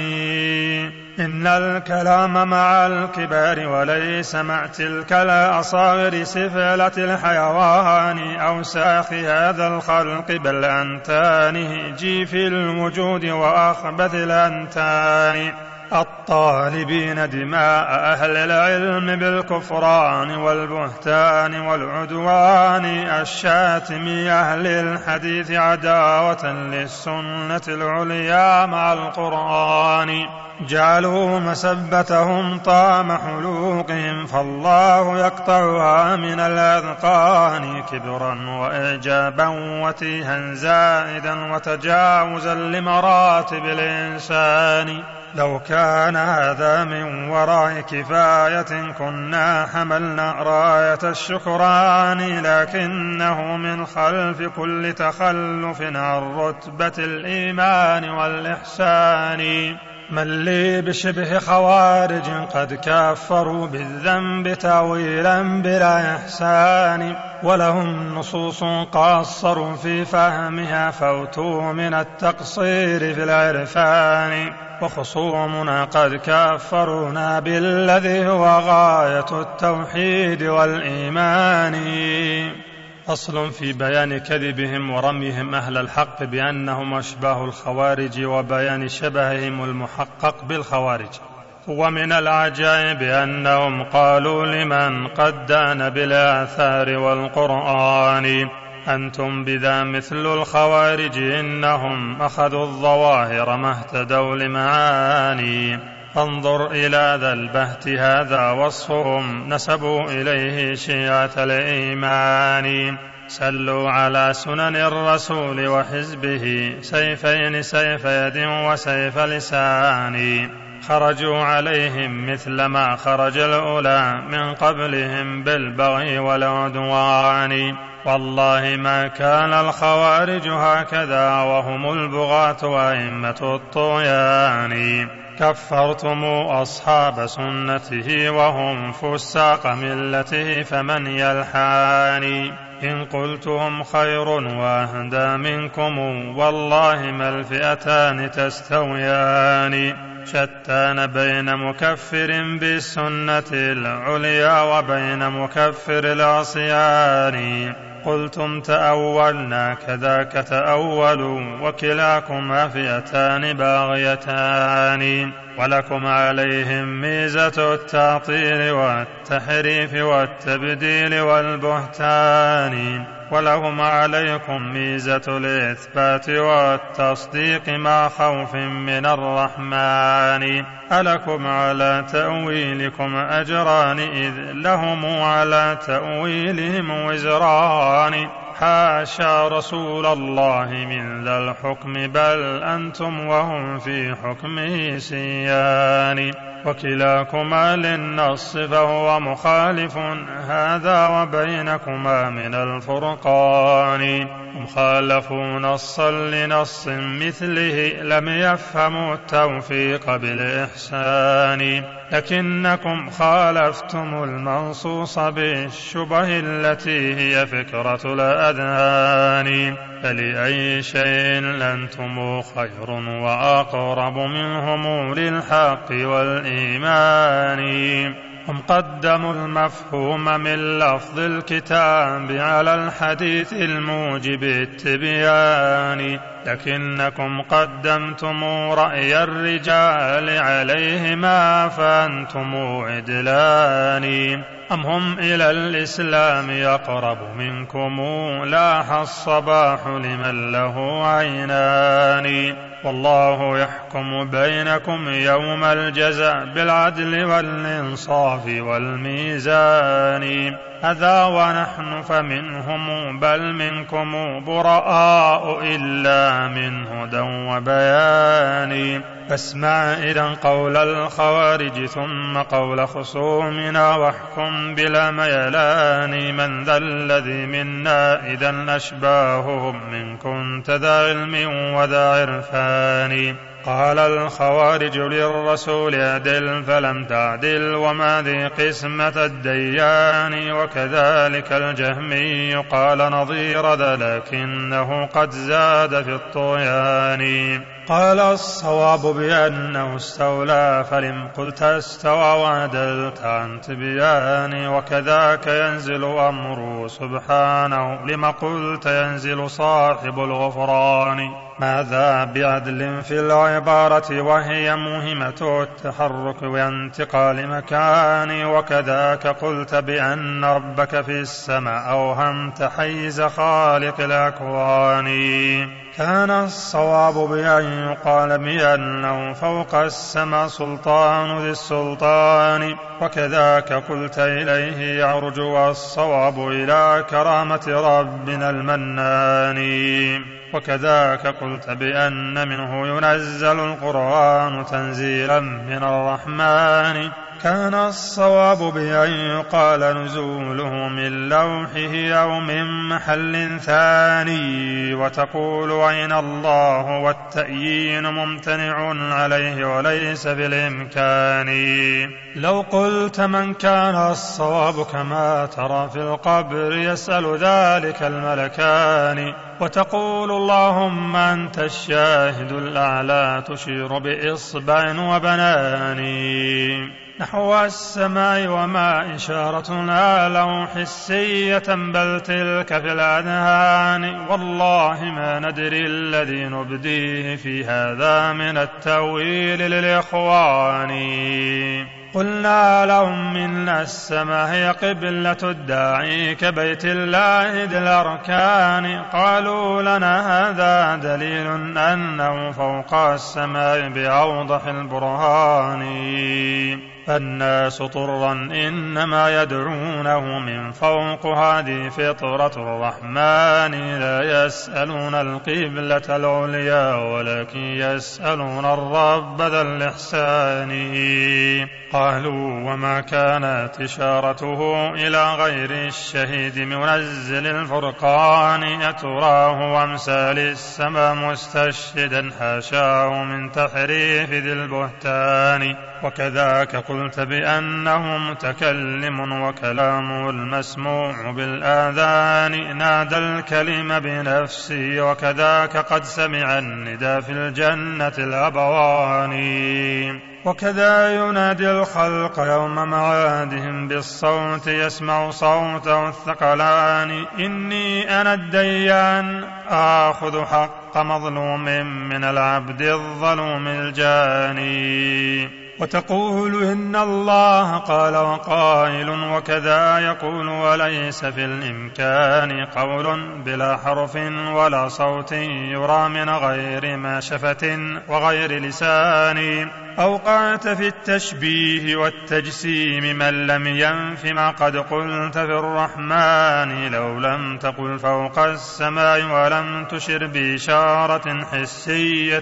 إن الكلام مع الكبار وليس مع تلك الأصاغر سفلة الحيوان أو ساخ هذا الخلق بل أنتانه جيف الوجود وأخبث الأنتان. الطالبين دماء أهل العلم بالكفران والبهتان والعدوان. الشاتم أهل الحديث عداوة للسنة العليا مع القرآن. جعلوا مسبتهم طام حلوقهم فالله يقطعها من الأذقان. كبرا وإعجابا وتيها زائدا وتجاوزا لمراتب الإنسان. لو كان هذا من وراء كفاية كنا حملنا راية الشكران. لكنه من خلف كل تخلف عن رتبة الإيمان والإحسان. من لي بشبه خوارج قد كافروا بالذنب تاويلا بلا إحسان. ولهم نصوص قاصروا في فهمها فوتوا من التقصير في العرفان. وخصومنا قد كافرونا بالذي هو غاية التوحيد والإيمان. فصل في بيان كذبهم ورميهم أهل الحق بأنهم أشباه الخوارج وبيان شبههم المحقق بالخوارج. ومن العجائب أنهم قالوا لمن قد دان بالآثار والقرآن أنتم بذا مثل الخوارج إنهم أخذوا الظواهر ما اهتدوا لمعاني. انظر إلى ذا البهت هذا وصفهم نسبوا إليه شيعة الإيمان. سلوا على سنن الرسول وحزبه سيفين سيف يد وسيف لسان. خرجوا عليهم مثل ما خرج الأولى من قبلهم بالبغي والعدوان. والله ما كان الخوارج هكذا وهم البغاة وأئمة الطغيان. كفرتم أصحاب سنته وهم فساق ملته فمن يلحاني. إن قلتهم خير وأهدى منكم والله ما الفئتان تستويان. شتان بين مكفر بالسنة العليا وبين مكفر العصيان. قلتم تأولنا كذاك تأولوا وكلاكما فئتان باغيتان. ولكم عليهم ميزة التعطيل والتحريف والتبديل والبهتان. ولهم عليكم ميزة الإثبات والتصديق مع خوف من الرحمن. ألكم على تأويلكم أجران إذ لهم على تأويلهم وزران. حاشا رسول الله من ذا الحكم بل أنتم وهم في حكمه سيان. وكلاكما للنص فهو مخالف هذا وبينكما من الفرقان. هم خالفوا نصا لنص مثله لم يفهموا التوفيق بالإحسان. لكنكم خالفتم المنصوص بالشبه التي هي فكرة الأذهان. فلأي شيء لأنتم خير وأقرب منهم للحق والإيمان. هم قدموا المفهوم من لفظ الكتاب على الحديث الموجب التبيان. لكنكم قدمتم رأي الرجال عليهما فأنتم عدلان. أم هم إلى الإسلام يقرب منكم لاح الصباح لمن له عينان. والله يحكم بينكم يوم الجزاء بالعدل والإنصاف والميزان. هذا ونحن فمنهم بل منكم براء إلا من هدى وبيان. فاسمع إذا قول الخوارج ثم قول خصومنا واحكم بلا ميلان. من ذا الذي منا إذا أشباههم من كنت ذا علم وذا عرفان. قال الخوارج للرسول أعدل فلم تعدل وما ذي قسمة الديان. وكذلك الجهمي قال نظير ذا لكنه قد زاد في الطغيان. قال الصواب بأنه استولى فلم قلت استوى وعدلت عن تبيان. وكذاك ينزل أمره سبحانه لما قلت ينزل صاحب الغفران. ماذا بعدل في العبارة وهي موهمة التحرك وانتقال مكان. وكذاك قلت بأن ربك في السماء أوهمت حيز خالق الأكوان. كان الصواب بأن يقال بأنه فوق السماء سلطان ذي السلطان. وكذاك قلت إليه يعرج والصواب إلى كرامة ربنا المنان. وكذاك قلت بأن منه ينزل القرآن تنزيلا من الرحمن. كان الصواب بأن يقال نزوله من لوحه أو من محل ثاني. وتقول أين الله والتأيين ممتنع عليه وليس بالإمكان. لو قلت من كان الصواب كما ترى في القبر يسأل ذلك الملكان. وتقول اللهم أنت الشاهد الأعلى تشير بإصبع وبنان نحو السماء وما إشارتنا له حسية بل تلك في الأذهان. والله ما ندري الذي نبديه في هذا من التأويل للإخوان. قلنا لهم إن السماء هي قبلة الداعي كبيت الله ذي الأركان. قالوا لنا هذا دليل أنه فوق السماء بأوضح البرهان. فالناس طرا إنما يدعونه من فوق هذه فطرة الرحمن. لا يسألون القبلة العليا ولكن يسألون الرب ذا الإحسان. قالوا وما كانت إشارته إلى غير الشهيد منزل الفرقان. يتراه وامثال السماء مستشهدا حاشاه من تحريف ذي البهتان. وكذاك قلت بأنه متكلم وكلامه المسموع بالآذان. نادى الكلم بنفسه وكذاك قد سمع الندى في الجنة الأبوان. وكذا ينادي الخلق يوم معادهم بالصوت يسمع صوته الثقلان. إني أنا الديان آخذ حق مظلوم من العبد الظلوم الجاني. وتقول إن الله قال وقائل وكذا يقول وليس في الإمكان قول بلا حرف ولا صوت يرى من غير ما شفة وغير لسان. أوقعت في التشبيه والتجسيم من لم ينف ما قد قلت في الرحمن. لو لم تقل فوق السماء ولم تشر بإشارة حسية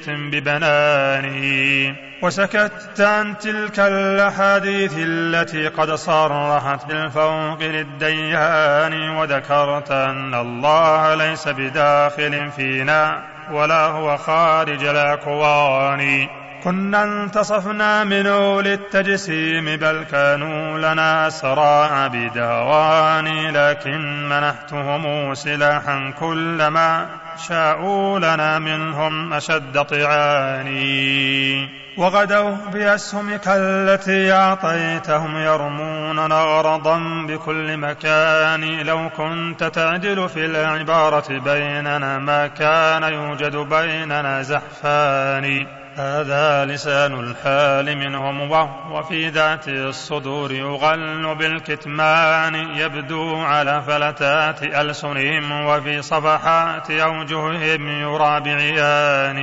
ببنان. وسكت عن تلك الأحاديث التي قد صرحت بالفوق للديان. وذكرت أن الله ليس بداخل فينا ولا هو خارج الأكوان. كنا انتصفنا منه للتجسيم بل كانوا لنا أسرى عبدوان. لكن منحتهم سلاحا كلما شاءوا لنا منهم أشد طعاني. وغدوا بأسهمك التي أعطيتهم يرمون نغرضا بكل مكان لو كنت تعدل في العبارة بيننا ما كان يوجد بيننا زحفان. هذا لسان الحال منهم وهو في ذات الصدور يغل بالكتمان يبدو على فلتات ألسنهم وفي صفحات أوجههم يرى بعيان.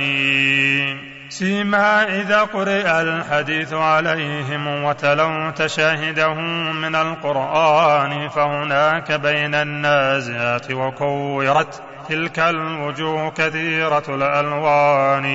سيما إذا قرئ الحديث عليهم وتلوت شاهده من القرآن فهناك بين النازعات وكورت تلك الوجوه كثيرة الألوان.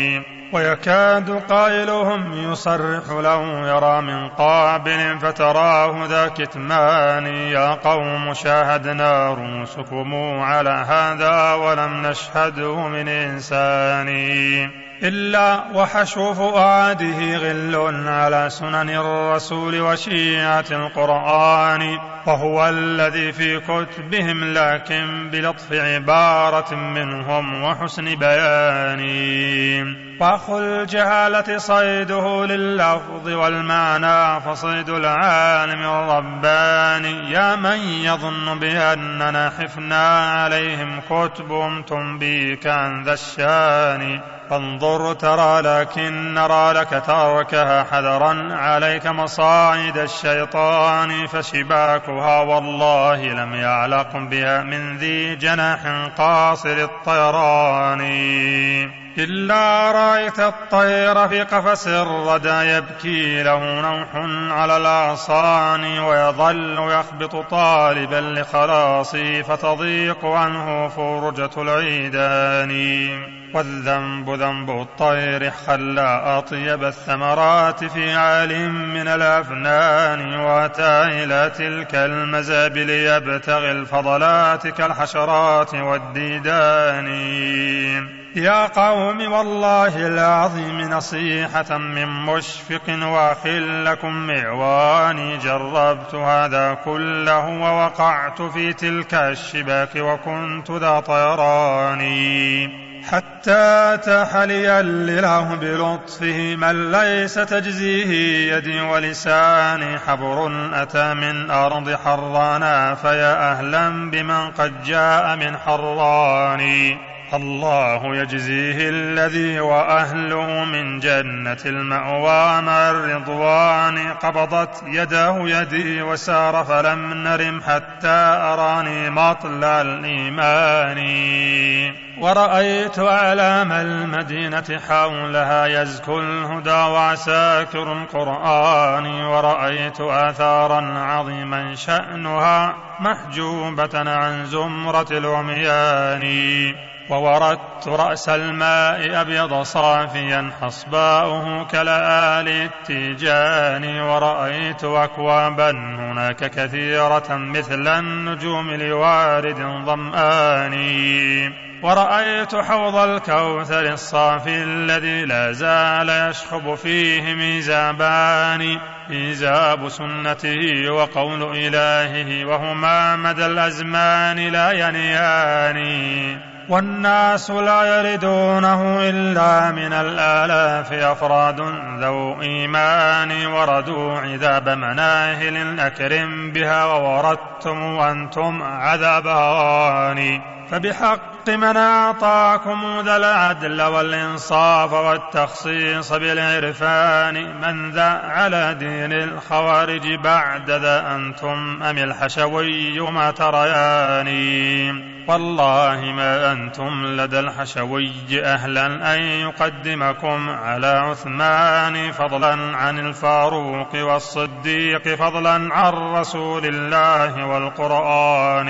ويكاد قائلهم يصرح لو يرى من قابل فتراه ذا كتمان. يا قوم شاهدنا رؤوسكم على هذا ولم نشهده من إنسان إلا وحشو فؤاده غل على سنن الرسول وشيعة القرآن. وهو الذي في كتبهم لكن بلطف عبارة منهم وحسن بيان. وأخو الجهالة صيده لللفظ والمعنى فصيد العالم الرباني. يا من يظن بأننا حفنا عليهم كتبهم تنبيك عن ذا الشان. فانظر ترى لكن نرى لك تركها حذرا عليك مصاعد الشيطان. فشباكها والله لم يعلق بها من ذي جناح قاصر الطيران. إلا رأيت الطير في قفس الردى يبكي له نوح على الأغصان ويظل يخبط طالبا لخلاصي فتضيق عنه فرجة العيدان. والذنب ذنب الطير خلى أطيب الثمرات في عال من الأفنان. وأتى إلى تلك المزابل يبتغي الفضلات كالحشرات والديدان. يا قوم والله العظيم نصيحة من مشفق واخل لكم معواني. جربت هذا كله ووقعت في تلك الشباك وكنت ذا طيراني حتى تاح لي الإله بلطفه من ليس تجزيه يدي ولساني. حبر أتى من أرض حرانا فيا أهلا بمن قد جاء من حراني. الله يجزيه الذي وأهله من جنة المأوى مع الرضوان. قبضت يده يدي وسار فلم نرم حتى أراني مطلع الإيمان. ورأيت أعلام المدينة حولها يزكو الهدى وعساكر القرآن. ورأيت آثارا عظيما شأنها محجوبة عن زمرة العميان. ووردت رأس الماء أبيض صافيا حصباؤه كلآل التيجان. ورأيت أكوابا هناك كثيرة مثل النجوم لوارد ظمآن. ورأيت حوض الكوثر الصافي الذي لا زال يشخب فيه ميزابان. ميزاب سنته وقول إلهه وهما مدى الأزمان لا ينيان. والناس لا يردونه إلا من الآلاف أفراد ذو إيمان. وردوا عذاب مناهل أكرم بها ووردتم وأنتم عذاب هوان. فبحق من أعطاكم ذا العدل والإنصاف والتخصيص بالعرفان. من ذا على دين الخوارج بعد ذا أنتم أم الحشوي ما تريان. والله ما أنتم لدى الحشوي أهلا أن يقدمكم على عثمان فضلا عن الفاروق والصديق فضلا عن رسول الله والقرآن.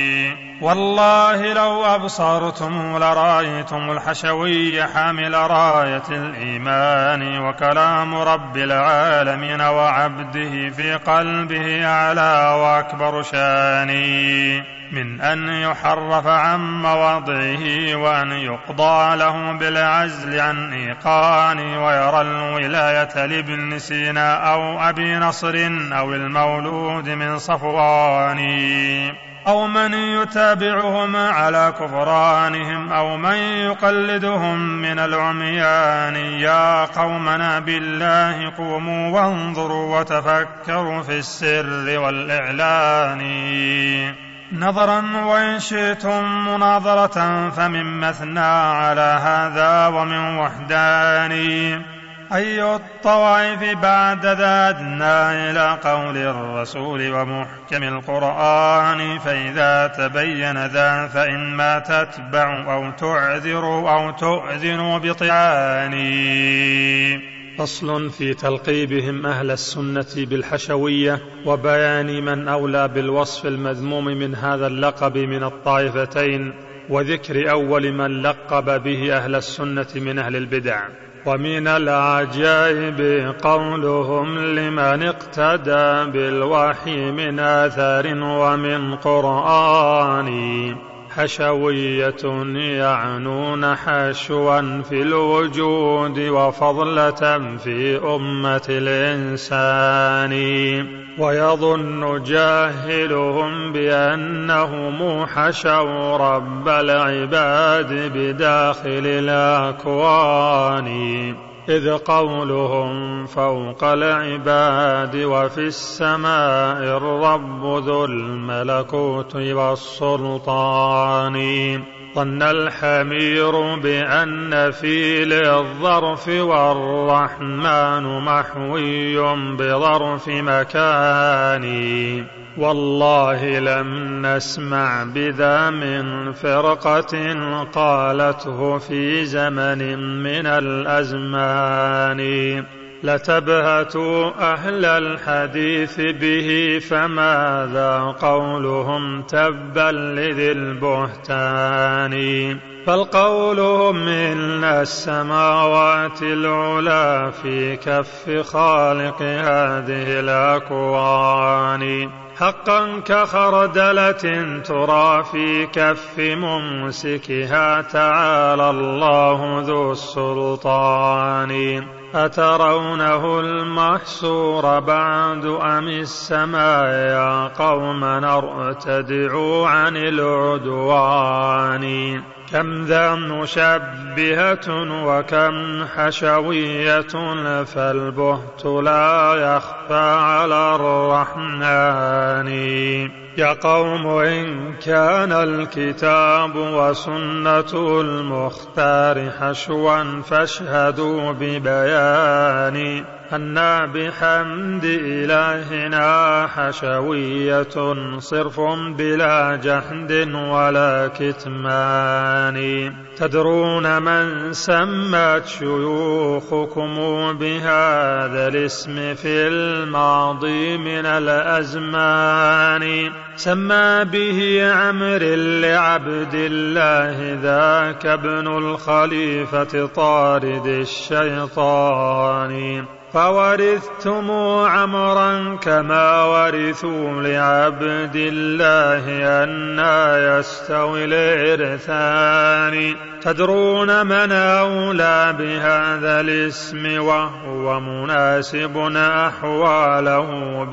والله لو أبصرتم لرأيتم الحشوي حامل راية الإيمان. وكلام رب العالمين وعبده في قلبه أعلى وأكبر شاني من أن يحرف عن مواضعه وأن يقضى له بالعزل عن إيقان. ويرى الولاية لابن سينا أو أبي نصر أو المولود من صفوان. أو من يتابعهم على كفرانهم أو من يقلدهم من العميان. يا قومنا بالله قوموا وانظروا وتفكروا في السر والإعلان. نظرا وإن شئتم مناظرة فمن مثنى على هذا ومن وحداني. أي الطوائف بعد ذا أدنى إلى قول الرسول ومحكم القرآن. فإذا تبين ذا فإما تتبع أو تعذر أو تؤذن بطعاني. فصل في تلقيبهم أهل السنة بالحشوية وبيان من أولى بالوصف المذموم من هذا اللقب من الطائفتين، وذكر أول من لقب به أهل السنة من أهل البدع. ومن العجائب قولهم لمن اقتدى بالوحي من آثار ومن قرآن. حشوية يعنون حشوا في الوجود وفضلة في أمة الإنسان. ويظن جاهلهم بأنهم حشوا رب العباد بداخل الأكوان، إذ قولهم فوق العباد وفي السماء الرب ذو الملكوت والسلطان. ظن الحمير بأن في للظرف والرحمن محوي بظرف مكان. والله لم نسمع بذا من فرقة قالته في زمن من الأزمان. لتبهتوا أهل الحديث به فماذا قولهم تبا لذي البهتان. بل قولهم إن السماوات العلا في كف خالق هذه الأكوان. حقا كخردلة ترى في كف ممسكها تعالى الله ذو السلطان. أترونه المحسور بعد أم السماء يا قومنا ارتدعوا عن العدوان. كم ذا مشبهة وكم حشوية فالبهت لا يخفى على الرحمن. يا قوم إن كان الكتاب وسنة المختار حشوا فاشهدوا ببيان أن بحمد إلهنا حشوية صرف بلا جحد ولا كتمان. تدرون من سمت شيوخكم بهذا الاسم في الماضي من الأزمان. سمى به عمر لعبد الله ذاك ابن الخليفة طارد الشيطان. فورثتم عمرا كما ورثوا لعبد الله أنا يستوي الإرثان. تدرون من أولى بهذا الاسم وهو مناسب أحواله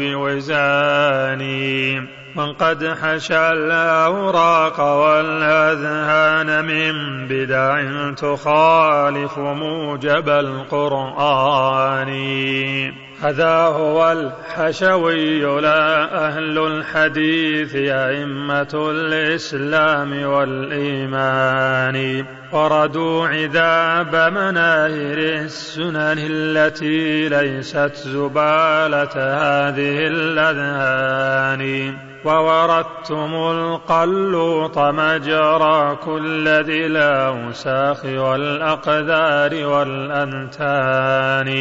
بوزان. من قد حشى الأوراق والأذهان من بدع تخالف موجب القرآن. هذا هو الحشوي لا أهل الحديث أئمة الإسلام والإيمان. وردوا عذاب مناهر السنن التي ليست زبالة هذه الأذهان. ووردتم القلوط مجرى كل ذي الأوساخ والأقدار والأنتان.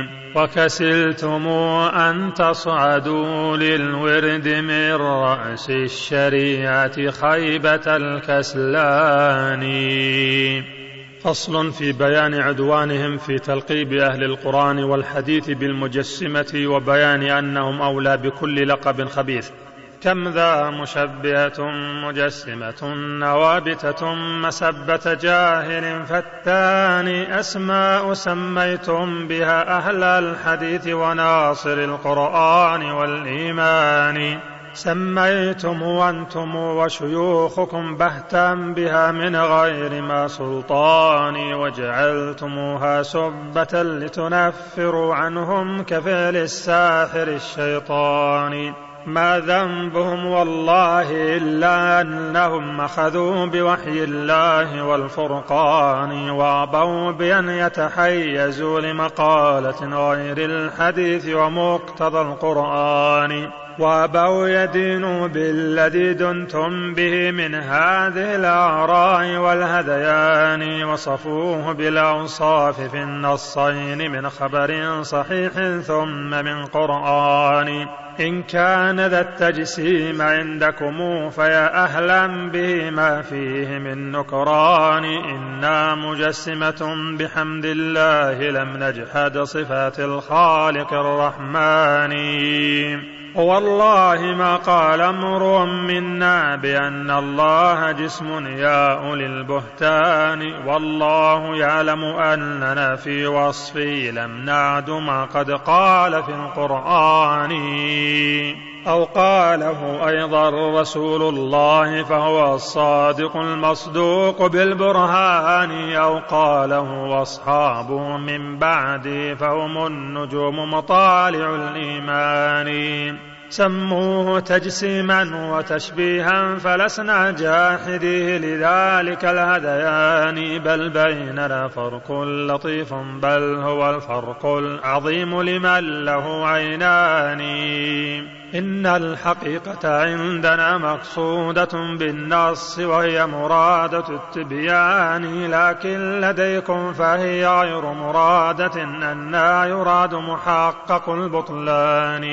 وكسلتم أن تصعدوا للورد من رأس الشريعة خيبة الكسلان. فصل في بيان عدوانهم في تلقيب أهل القرآن والحديث بالمجسمة وبيان أنهم أولى بكل لقب خبيث. كم ذا مشبهة مجسمة نوابتة مسبة جاهل فتان. أسماء سميتم بها أهل الحديث وناصر القرآن والإيمان. سميتم أنتم وشيوخكم بهتا بها من غير ما سلطان، وجعلتموها سبة لتنفروا عنهم كفعل الساحر الشيطان. ما ذنبهم والله إلا أنهم أخذوا بوحي الله والفرقان، وأبوا بأن يتحيزوا لمقالة غير الحديث ومقتضى القرآن، وأبوا يدينوا بالذي دنتم به من هذه الآراء والهذيان، وصفوه بالأوصاف في النصين من خبر صحيح ثم من قرآن. إن كان ذا التجسيم عندكم فيا أهلا به ما فيه من نكران، إنا مجسمة بحمد الله لم نجحد صفات الخالق الرحمن. والله ما قال امرؤ منا بأن الله جسم يا أولي البهتان، والله يعلم أننا في وصفه لم نعد ما قد قال في القرآن، أو قاله أيضا رسول الله فهو الصادق المصدوق بالبرهان، أو قاله أصحابه من بعده فهم النجوم مطالع الإيمان. سموه تجسيما وتشبيها فلسنا جاحديه لذلك الهذيان، بل بيننا فرق لطيف بل هو الفرق العظيم لمن له عينان. إن الحقيقة عندنا مقصودة بالنص وهي مرادة التبيان، لكن لديكم فهي غير مرادة أنها يراد محقق البطلان.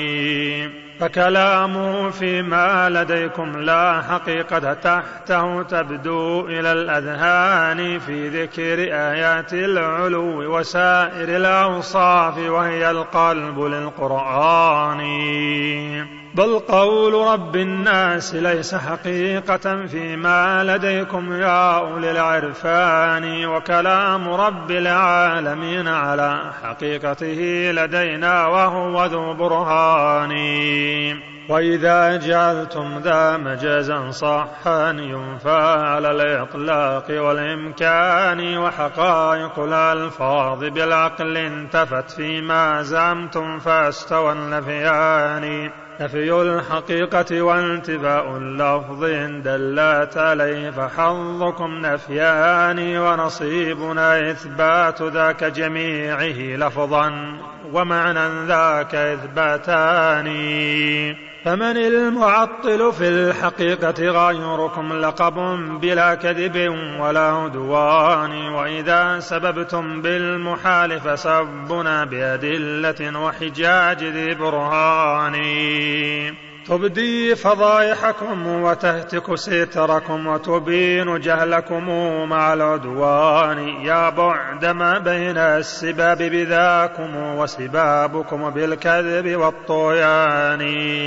فكلامه فيما لديكم لا حقيقة تحته تبدو إلى الأذهان في ذكر آيات العلو وسائر الأوصاف وهي القلب للقرآن. بل قول رب الناس ليس حقيقة فيما لديكم يا أولي العرفان، وكلام رب العالمين على حقيقته لدينا وهو ذو برهان. وإذا جعلتم ذا مجازا صحا ينفى على الإطلاق والإمكان، وحقائق الألفاظ بالعقل انتفت فيما زعمتم فاستوى النفيان. نفي الحقيقة وانتفاء اللفظ إن دلت عليه فحظكم نفيان، ونصيبنا إثبات ذاك جميعه لفظا ومعنى ذاك إثباتان. فمن المعطل في الحقيقة غيركم لقب بلا كذب ولا عدوان، وإذا سببتم بالمحال فسبنا بأدلة وحجاج ذي برهان. تبدي فضائحكم وتهتك ستركم وتبين جهلكم مع العدوان، يا بعد ما بين السباب بذاكم وسبابكم بالكذب والطغيان.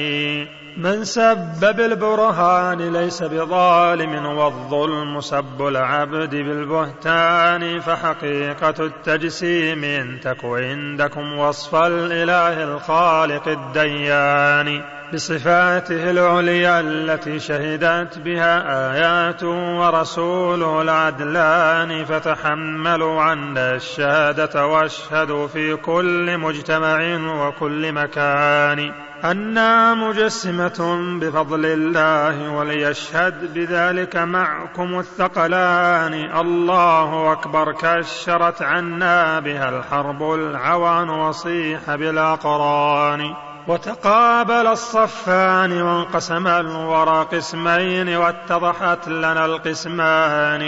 من سب بالبرهان ليس بظالم، والظلم سب العبد بالبهتان، فحقيقة التجسيم تك عندكم وصف الإله الخالق الديان بصفاته العليا التي شهدت بها آيات ورسوله العدلان، فتحملوا عنا الشهادة واشهدوا في كل مجتمع وكل مكان أننا مجسمة بفضل الله، وليشهد بذلك معكم الثقلان. الله أكبر كشرت عنا بها الحرب العوان وصيح بالأقران، وتقابل الصفان وانقسم الورى قسمين واتضحت لنا القسمان.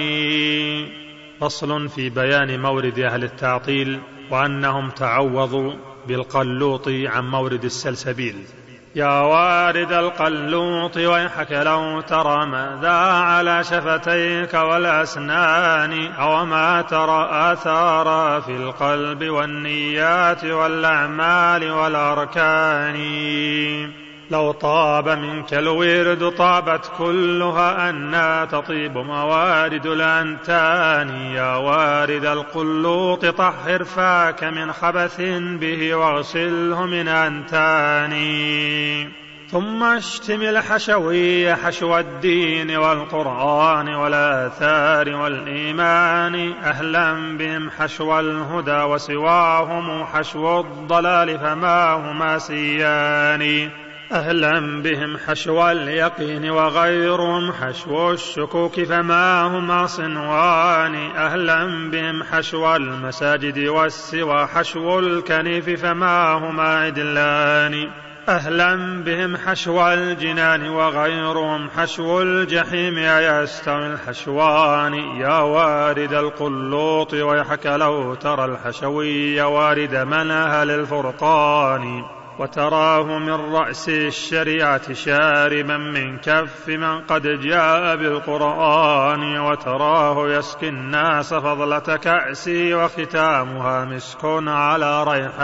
فصل في بيان مورد أهل التعطيل وأنهم تعوضوا بالقلوط عن مورد السلسبيل. يا وارد القلوط ويحك لو ترى ماذا على شفتيك والأسنان، أو ما ترى آثار في القلب والنيات والأعمال والأركان. لو طاب منك الورد طابت كلها أنها تطيب موارد الأنتان. يا وارد القلوط طهر فاك من خبث به واغسله من أنتان. ثم اشتمل حشوي حشو الدين والقرآن والآثار والإيمان أهلا بهم حشو الهدى وسواهم حشو الضلال فما هما سيان أهلا بهم حشو اليقين وغيرهم حشو الشكوك فما هما صنوان أهلا بهم حشو المساجد والسوى حشو الكنيف فما هما عدلان أهلا بهم حشو الجنان وغيرهم حشو الجحيم أيستوي الحشوان يا وارد القلوط ويحك لو ترى الحشوي وارد منها للفرقان وتراه من رأس الشريعة شاربا من كف من قد جاء بالقرآن وتراه يسقي الناس فضلة كأسي وختامها مسك على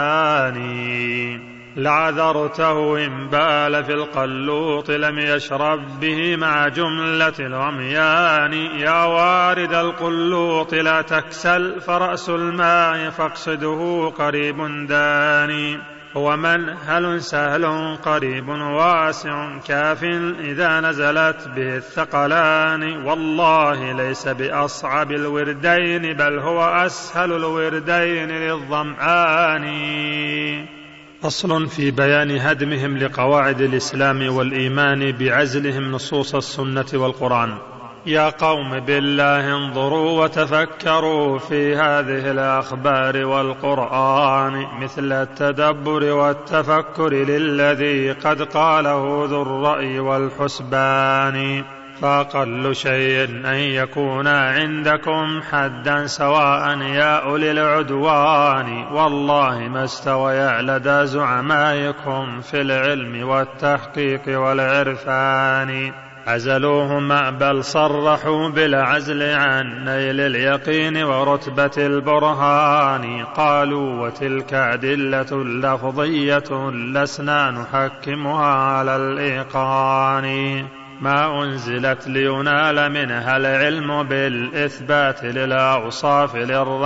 ريحان لعذرته إن بال في القلوط لم يشرب به مع جملة العميان يا وارد القلوط لا تكسل فرأس الماء فاقصده قريب داني هو منهل سهل قريب واسع كاف إذا نزلت به الثقلان والله ليس بأصعب الوردين بل هو أسهل الوردين للظمآن. فصل في بيان هدمهم لقواعد الإسلام والإيمان بعزلهم نصوص السنة والقرآن. يا قوم بالله انظروا وتفكروا في هذه الأخبار والقرآن مثل التدبر والتفكر للذي قد قاله ذو الرأي والحسبان فأقل شيء أن يكون عندكم حدا سواء يا أولي العدوان والله ما استويا لدى زعمائكم في العلم والتحقيق والعرفان عزلوهما بل صرحوا بالعزل عن نيل اليقين ورتبة البرهان قالوا وتلك أدلة لفظية لسنا نحكمها على الإيقان ما أنزلت لينال منها العلم بالإثبات للأوصاف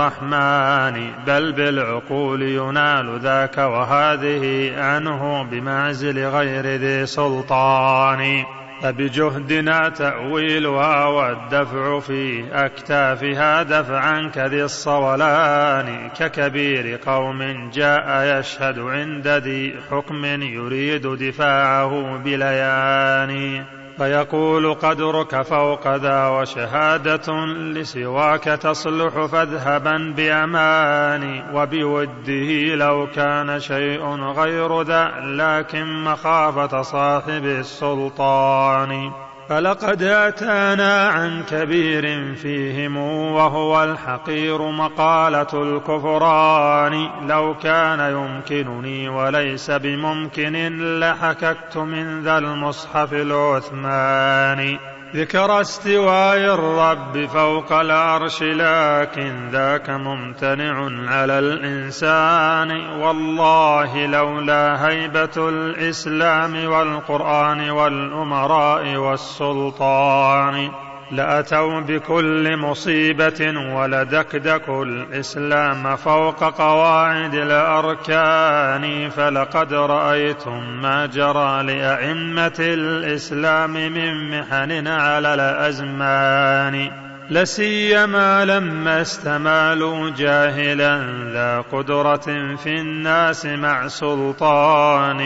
للرحمن بل بالعقول ينال ذاك وهذه عنه بمعزل غير ذي سلطان فبجهدنا تأويلها والدفع في أكتافها دفعا كذي الصولان ككبير قوم جاء يشهد عند ذي حكم يريد دفاعه بليان فيقول قدرك فوق ذا وشهادة لسواك تصلح فاذهبا بأمان وبوده لو كان شيء غير ذا لكن مخافة صاحب السلطان فلقد أتانا عن كبير فيهم وهو الحقير مقالة الكفران لو كان يمكنني وليس بممكن لحككت من ذا المصحف العثماني ذكر استواء الرب فوق العرش لكن ذاك ممتنع على الإنسان والله لولا هيبة الإسلام والقرآن والأمراء والسلطان لأتوا بكل مصيبة ولدكدكوا الإسلام فوق قواعد الأركان فلقد رأيتم ما جرى لأئمة الإسلام من محن على الأزمان لسيما لما استمالوا جاهلا ذا قدرة في الناس مع سلطان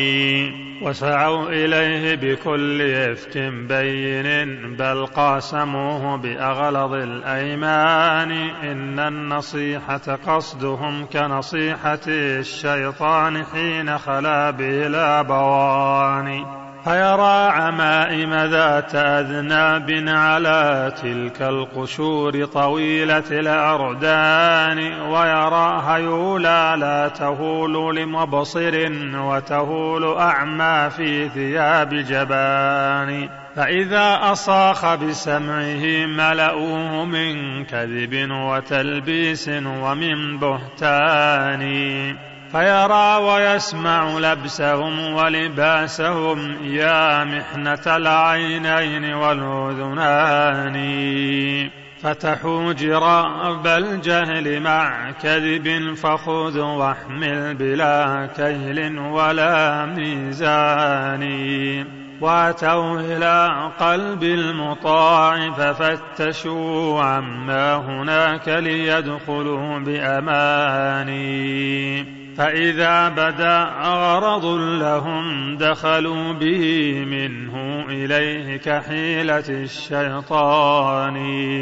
وسعوا إليه بكل إفك بين بل قاسموه بأغلظ الأيمان إن النصيحة قصدهم كنصيحة الشيطان حين خلا به الأبوان فيرى عمائم ذات أذناب على تلك القشور طويلة الأردان ويرى هيولا لا تهول لمبصر وتهول أعمى في ثياب جبان فإذا أصاخ بسمعه ملأوه من كذب وتلبيس ومن بهتان فيرى ويسمع لبسهم ولباسهم يا محنة العينين والأذنان فتحوا جراب الجهل مع كذب فخذ واحمل بلا كيل ولا ميزان واتوا إلى قلب المطاع ففتشوا عما هناك ليدخلوا بأمان فإذا بدا غرض لهم دخلوا به منه إليه كحيلة الشيطان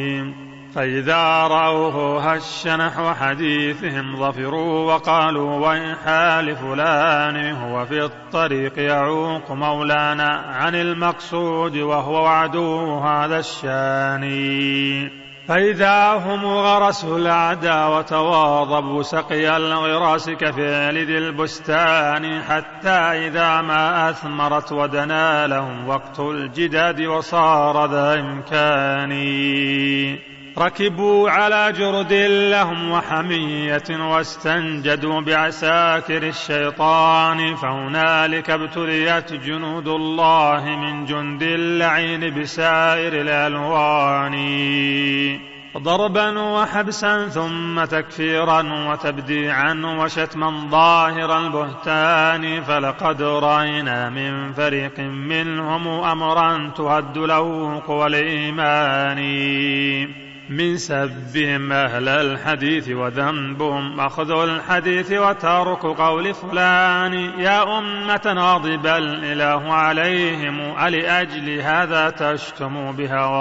فإذا رأوه هش نحو حديثهم ظفروا وقالوا ويحا لفلان هو في الطريق يعوق مولانا عن المقصود وهو وعدوه هذا الشان فإذا هم غرسوا العداوة وواظبوا سقي الغراس كفعل ذي البستان حتى إذا ما أثمرت ودنا لهم وقت الجداد وصار ذا إمكان ركبوا على جرد لهم وحمية واستنجدوا بعساكر الشيطان فهنالك ابتليت جنود الله من جند اللعين بسائر الألوان ضربا وحبسا ثم تكفيرا وتبديعا وشتما ظاهر البهتان فلقد رأينا من فريق منهم أمرا تهد له قوى الإيمان من سبهم أهل الحديث وذنبهم أخذ الحديث وترك قول فلان يا أمة غضب الإله عليهم ألأجل هذا تشتموا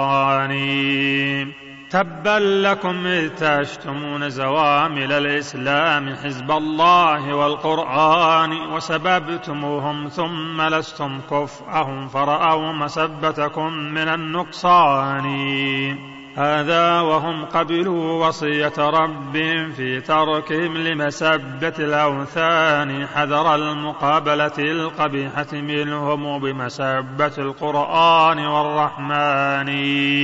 بهواني تبا لكم إذ تشتمون زوامل الإسلام حزب الله والقرآن وسببتموهم ثم لستم كفءهم فرأوا مسبتكم من النقصان هذا وهم قبلوا وصية رب في تركهم لمسبة الأوثان حذر المقابلة القبيحة منهم بمسبة القرآن والرحمن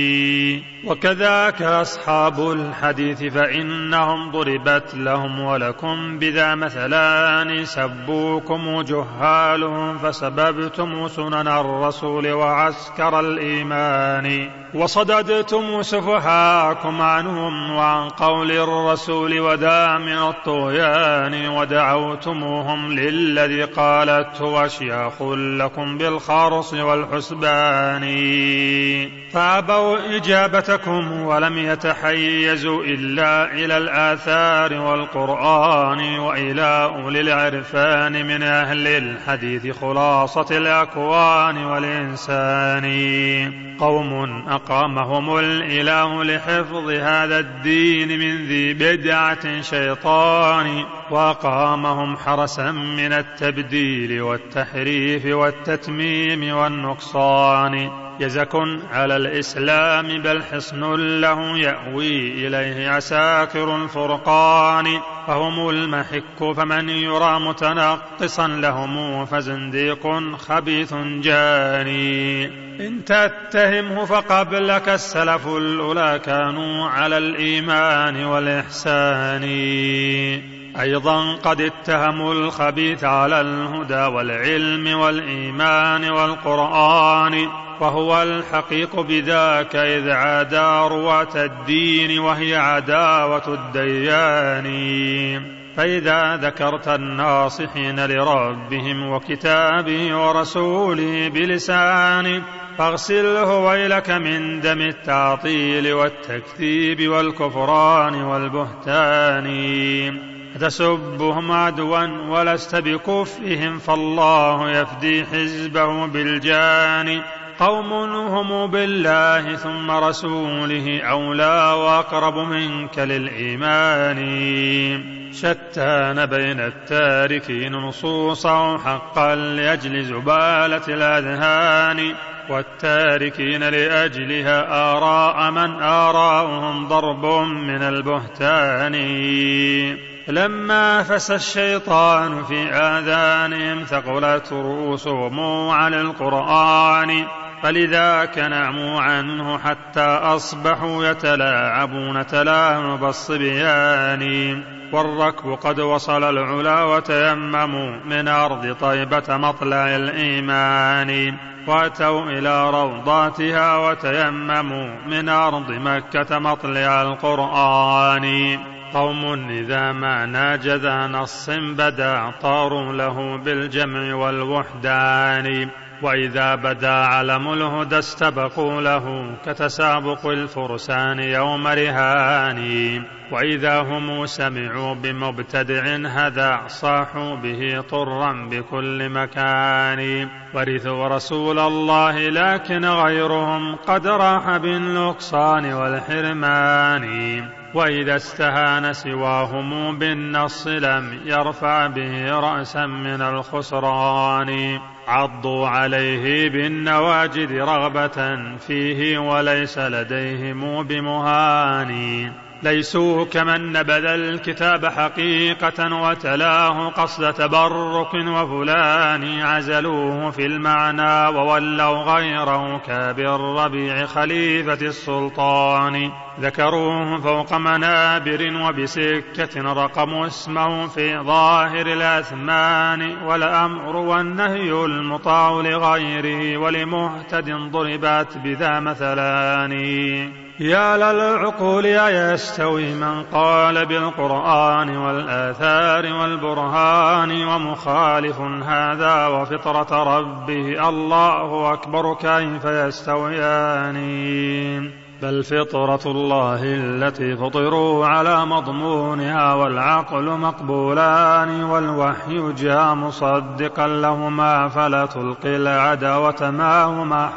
وكذاك أصحاب الحديث فإنهم ضربت لهم ولكم بذا مثلان سبوكم جهالهم فسببتم سنن الرسول وعسكر الإيمان وصددتم سفهاكم عنهم وعن قول الرسول ودا من الطغيان ودعوتموهم للذي قالته أشياخ لكم بالخرص والحسبان فأبوا إجابتكم ولم يتحيزوا إلا إلى الآثار والقرآن وإلى أولي العرفان من أهل الحديث خلاصة الأكوان والإنسان قوم أقامهم الإله لحفظ هذا الدين من ذي بدعة شيطان وأقامهم حرسا من التبديل والتحريف والتتميم والنقصان يزكن على الإسلام بل حصن له يأوي إليه عساكر الفرقان فهم المحك فمن يرى متنقصا لهم فزنديق خبيث جاني إن تتهمه فقبلك السلف الأولى كانوا على الإيمان والإحسان أيضا قد اتهموا الخبيث على الهدى والعلم والإيمان والقرآن وهو الحقيق بذاك إذ عادى رواة الدين وهي عداوة الديان فإذا ذكرت الناصحين لربهم وكتابه ورسوله بلسان فاغسله ويلك من دم التعطيل والتكذيب والكفران والبهتان تسبهم عدوا ولست بكفهم فالله يفدي حزبه بالجان قوم هم بالله ثم رسوله أولى وأقرب منك للإيمان شتان بين التاركين نصوصا حقا لأجل زبالة الأذهان والتاركين لأجلها آراء من آراءهم ضرب من البهتان لما فسى الشيطان في آذانهم ثقلت رؤوسهم عن القرآن فلذاك نعموا عنه حتى أصبحوا يتلاعبون تلاعب الصبيان والركب قد وصل العلا وتيمموا من أرض طيبة مطلع الإيمان وأتوا إلى روضاتها وتيمموا من أرض مكة مطلع القرآن قوم إذا ما ناجذ نص بدا طاروا له بالجمع والوحدان وإذا بدا علم الهدى استبقوا له كتسابق الفرسان يوم رهان وإذا هم سمعوا بمبتدع هذا صاحوا به طرا بكل مكان ورثوا رسول الله لكن غيرهم قد راح بالنقصان والحرمان وإذا استهان سواهم بالنص لم يرفع به رأسا من الخسران عضوا عليه بالنواجذ رغبة فيه وليس لديهم بمهان ليسوا كمن نبذ الكتاب حقيقة وتلاه قصد تبرك وفلان عزلوه في المعنى وولوا غيره كبالربيع خليفة السلطان ذكروه فوق منابر وبسكة رقموا اسمه في ظاهر الأثمان والأمر والنهي المطاع لغيره ولمهتد ضربت بذا مثلان يا للعقول يستوي من قال بالقرآن والآثار والبرهان ومخالف هذا وفطرة ربه الله أكبر كيف يستويان بل فطرة الله التي فطروا على مضمونها والعقل مقبولان والوحي جاء مصدقا لهما فلا تلقي العداوة ما هما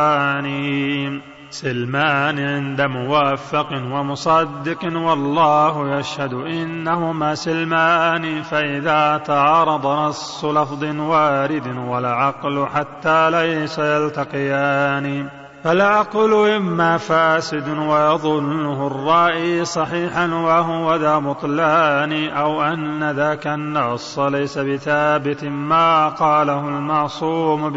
حربان سلمان عند موفق ومصدق والله يشهد إنهما سلمان فإذا تعارض نص لفظ وارد والعقل حتى ليس يلتقيان فالعقل إما فاسد ويظنه الرائي صحيحا وهو ذا مطلان أو أن ذاك النص ليس بثابت ما قاله المعصوم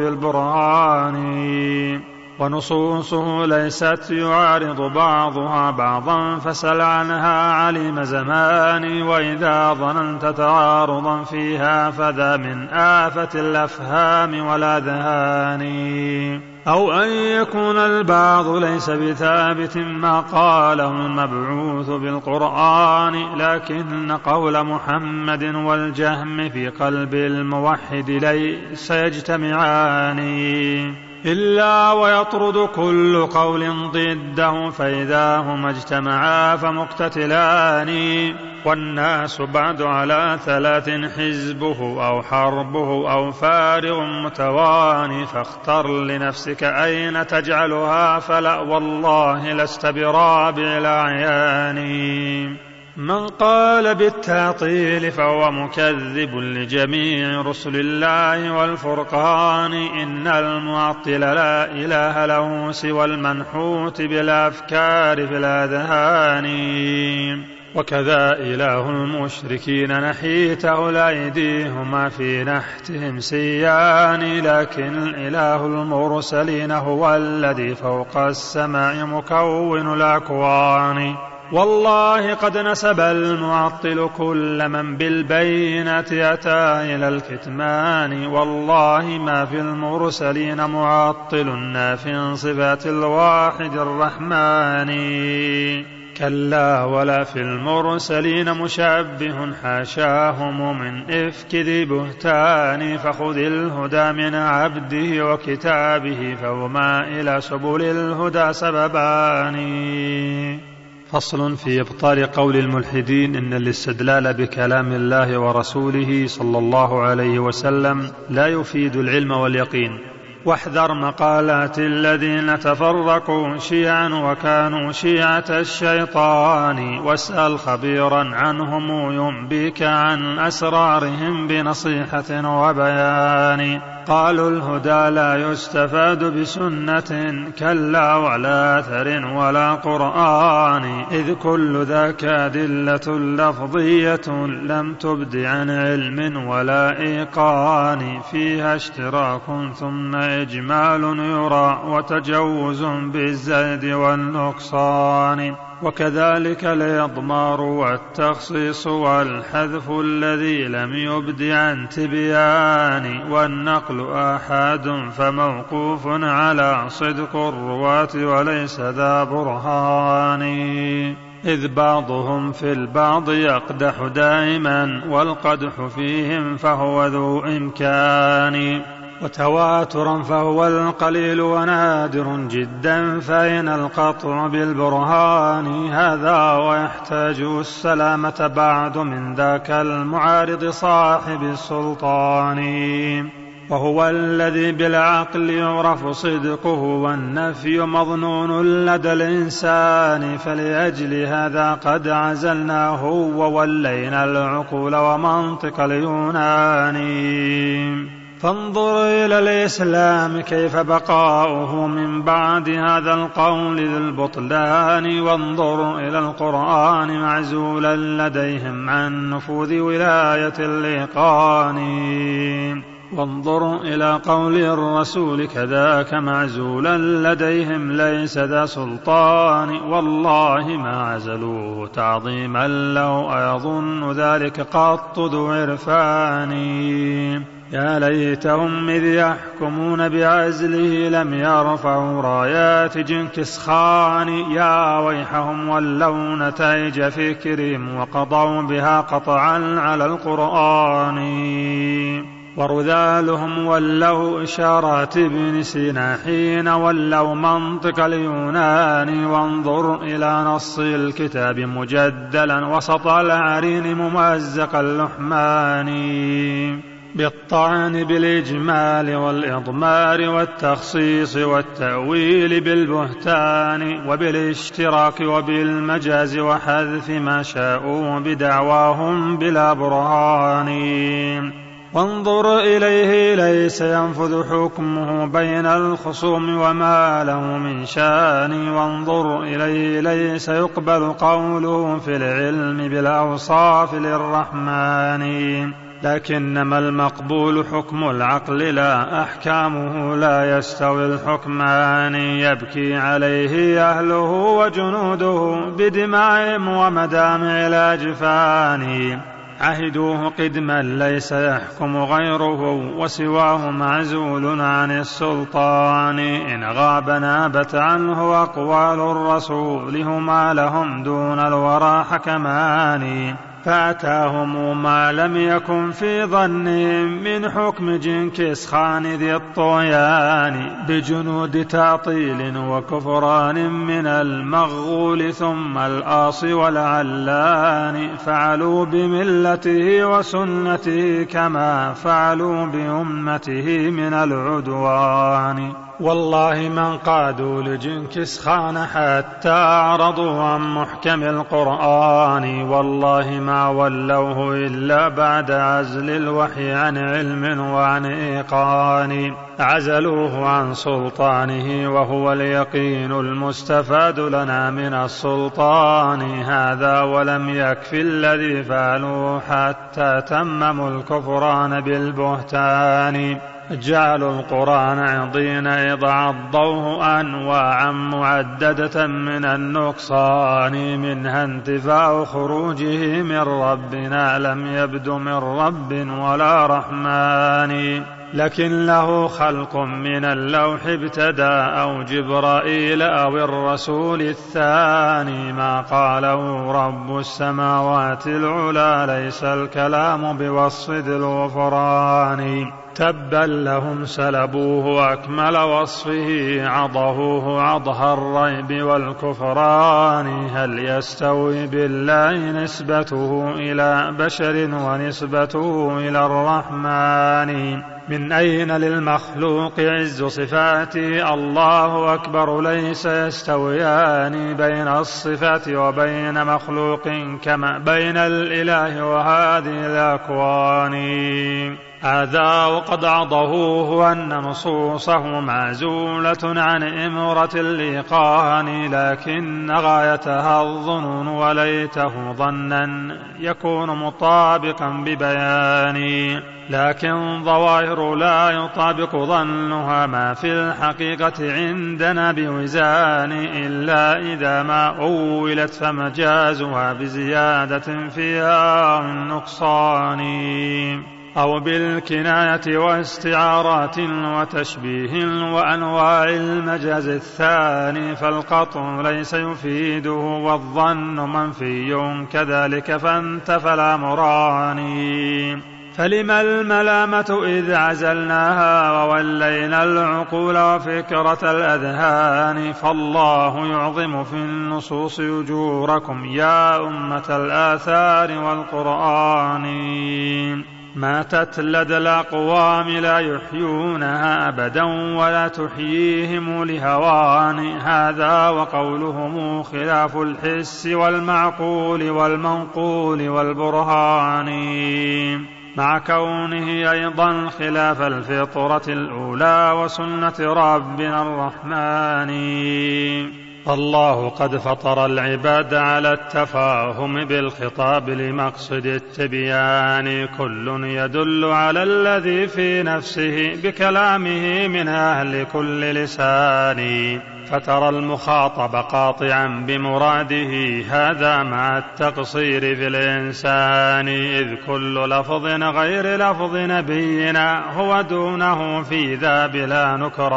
بالبرهان ونصوصه ليست يعارض بعضها بعضا فسل عنها علم زمان وإذا ظننت تعارضا فيها فذا من آفة الأفهام والأذهان أو أن يكون البعض ليس بثابت ما قاله المبعوث بالقرآن لكن قول محمد والجهم في قلب الموحد ليس يجتمعان إلا ويطرد كل قول ضده فإذا هما اجتمعا فمقتتلان والناس بعد على ثلاث حزبه أو حربه أو فارغ متواني فاختر لنفسك أين تجعلها فلا والله لست برابع الأعيان من قال بالتعطيل فهو مكذب لجميع رسل الله والفرقان إن المعطل لا إله له سوى المنحوت بالأفكار في الأذهان وكذا إله المشركين نحيته لأيديهما في نحتهم سيان لكن إله المرسلين هو الذي فوق السماء مكون الأكوان والله قد نسب المعطل كل من بالبينات أتى إلى الكتمان والله ما في المرسلين معطل نافي صفات الواحد الرحمن كلا ولا في المرسلين مشبه حاشاهم من إفك ذي بهتان فخذ الهدى من عبده وكتابه فهما إلى سبل الهدى سببان فصل في إبطال قول الملحدين إن الاستدلال بكلام الله ورسوله صلى الله عليه وسلم لا يفيد العلم واليقين واحذر مقالات الذين تفرقوا شيعا وكانوا شيعة الشيطان واسأل خبيرا عنهم ينبيك عن أسرارهم بنصيحة وبيان قالوا الهدى لا يستفاد بسنة كلا ولا أثر ولا قرآن إذ كل ذاك أدلة لفظية لم تبد عن علم ولا إيقان فيها اشتراك ثم إجمال يرى وتجوز بالزاد والنقصان وكذلك الإضمار والتخصيص والحذف الذي لم يبد عن تبيان، والنقل آحاد فموقوف على صدق الرواة وليس ذا برهان، إذ بعضهم في البعض يقدح دائما والقدح فيهم فهو ذو إمكان، وتواترا فهو القليل ونادر جدا فإن القطع بالبرهان، هذا ويحتاج السلامة بعد من ذاك المعارض صاحب السلطان، وهو الذي بالعقل يعرف صدقه والنفي مظنون لدى الإنسان، فلأجل هذا قد عزلناه وولينا العقول ومنطق اليونان. فانظر إلى الإسلام كيف بقاؤه من بعد هذا القول ذي البطلان، وانظر إلى القرآن معزولا لديهم عن نفوذ ولاية الإيقان، وانظر إلى قول الرسول كذاك معزولا لديهم ليس ذا سلطان، والله ما عزلوه تعظيما لو أيظن ذلك قط ذو عرفان، يا ليتهم إذ يحكمون بعزله لم يرفعوا رايات جنكس خان، يا ويحهم ولوا نتائج فكرهم وقضوا بها قطعا على القرآن، ورذالهم ولوا إشارات ابن سينا حين ولوا منطق اليونان، وانظر إلى نص الكتاب مجدلا وسط العرين ممزق اللحمان، بالطعن بالإجمال والإضمار والتخصيص والتأويل بالبهتان، وبالاشتراك وبالمجاز وحذف ما شاءوا بدعواهم بلا برهان، وانظر إليه ليس ينفذ حكمه بين الخصوم وما له من شان، وانظر إليه ليس يقبل قوله في العلم بالأوصاف للرحمن، لكنما المقبول حكم العقل لا أحكامه، لا يستوي الحكمان، يبكي عليه أهله وجنوده بدمائهم ومدامع الأجفان، عهدوه قدما ليس يحكم غيره وسواه معزول عن السلطان، إن غاب نابت عنه أقوال الرسول هما لهم دون الورى حكمان، فأتاهم ما لم يكن في ظنهم من حكم جنكس خان ذي الطغيان، بجنود تعطيل وكفران من المغول ثم الآصي والعلان، فعلوا بملته وسنته كما فعلوا بأمته من العدوان، والله من قادوا لجنكس خان حتى أعرضوا عن محكم القرآن، والله ما ولوه إلا بعد عزل الوحي عن علم وعن إيقان، عزلوه عن سلطانه وهو اليقين المستفاد لنا من السلطان، هذا ولم يكف الذي فعلوا حتى تمموا الكفران بالبهتان، جعلوا القرآن عضين إذ عضوه أنواعا معددة من النقصان، منها انتفاء خروجه من ربنا لم يبد من رب ولا رحمن، لكن له خلق من اللوح ابتدى أو جبرائيل أو الرسول الثاني، ما قاله رب السماوات العلى ليس الكلام بوصف ذي الغفران، تبا لهم سلبوه أكمل وصفه عضهوه عضها الريب والكفران، هل يستوي بالله نسبته إلى بشر ونسبته إلى الرحمن، من أين للمخلوق عز صفاته، الله أكبر ليس يستويان بين الصفات وبين مخلوق كما بين الإله وهذه الأكوان، هذا وقد عضه أن نصوصه معزولة عن إمرة اللقان، لكن غايتها الظنون وليته ظنا يكون مطابقا ببيان، لكن ظواهر لا يطابق ظنها ما في الحقيقة عندنا بوزان، إلا إذا ما أولت فمجازها بزيادة فيها من نقصان، أو بالكناية واستعارات وتشبيه وأنواع المجاز الثاني، فالقطع ليس يفيده والظن منفي كذلك فانتفى الأمران. فلما الملامة إذ عزلناها وولينا العقول وفكرة الأذهان، فالله يعظم في النصوص أجوركم يا أمة الآثار والقرآن. ماتت لدى الأقوام لا يحيونها أبدا ولا تحييهم لهوان، هذا وقولهم خلاف الحس والمعقول والمنقول والبرهان، مع كونه أيضا خلاف الفطرة الأولى وسنة ربنا الرحمن. الله قد فطر العباد على التفاهم بالخطاب لمقصد التبيان، كل يدل على الذي في نفسه بكلامه من أهل كل لسان، فترى المخاطب قاطعا بمراده هذا مع التقصير في الإنسان، إذ كل لفظ غير لفظ نبينا هو دونه في ذا بلا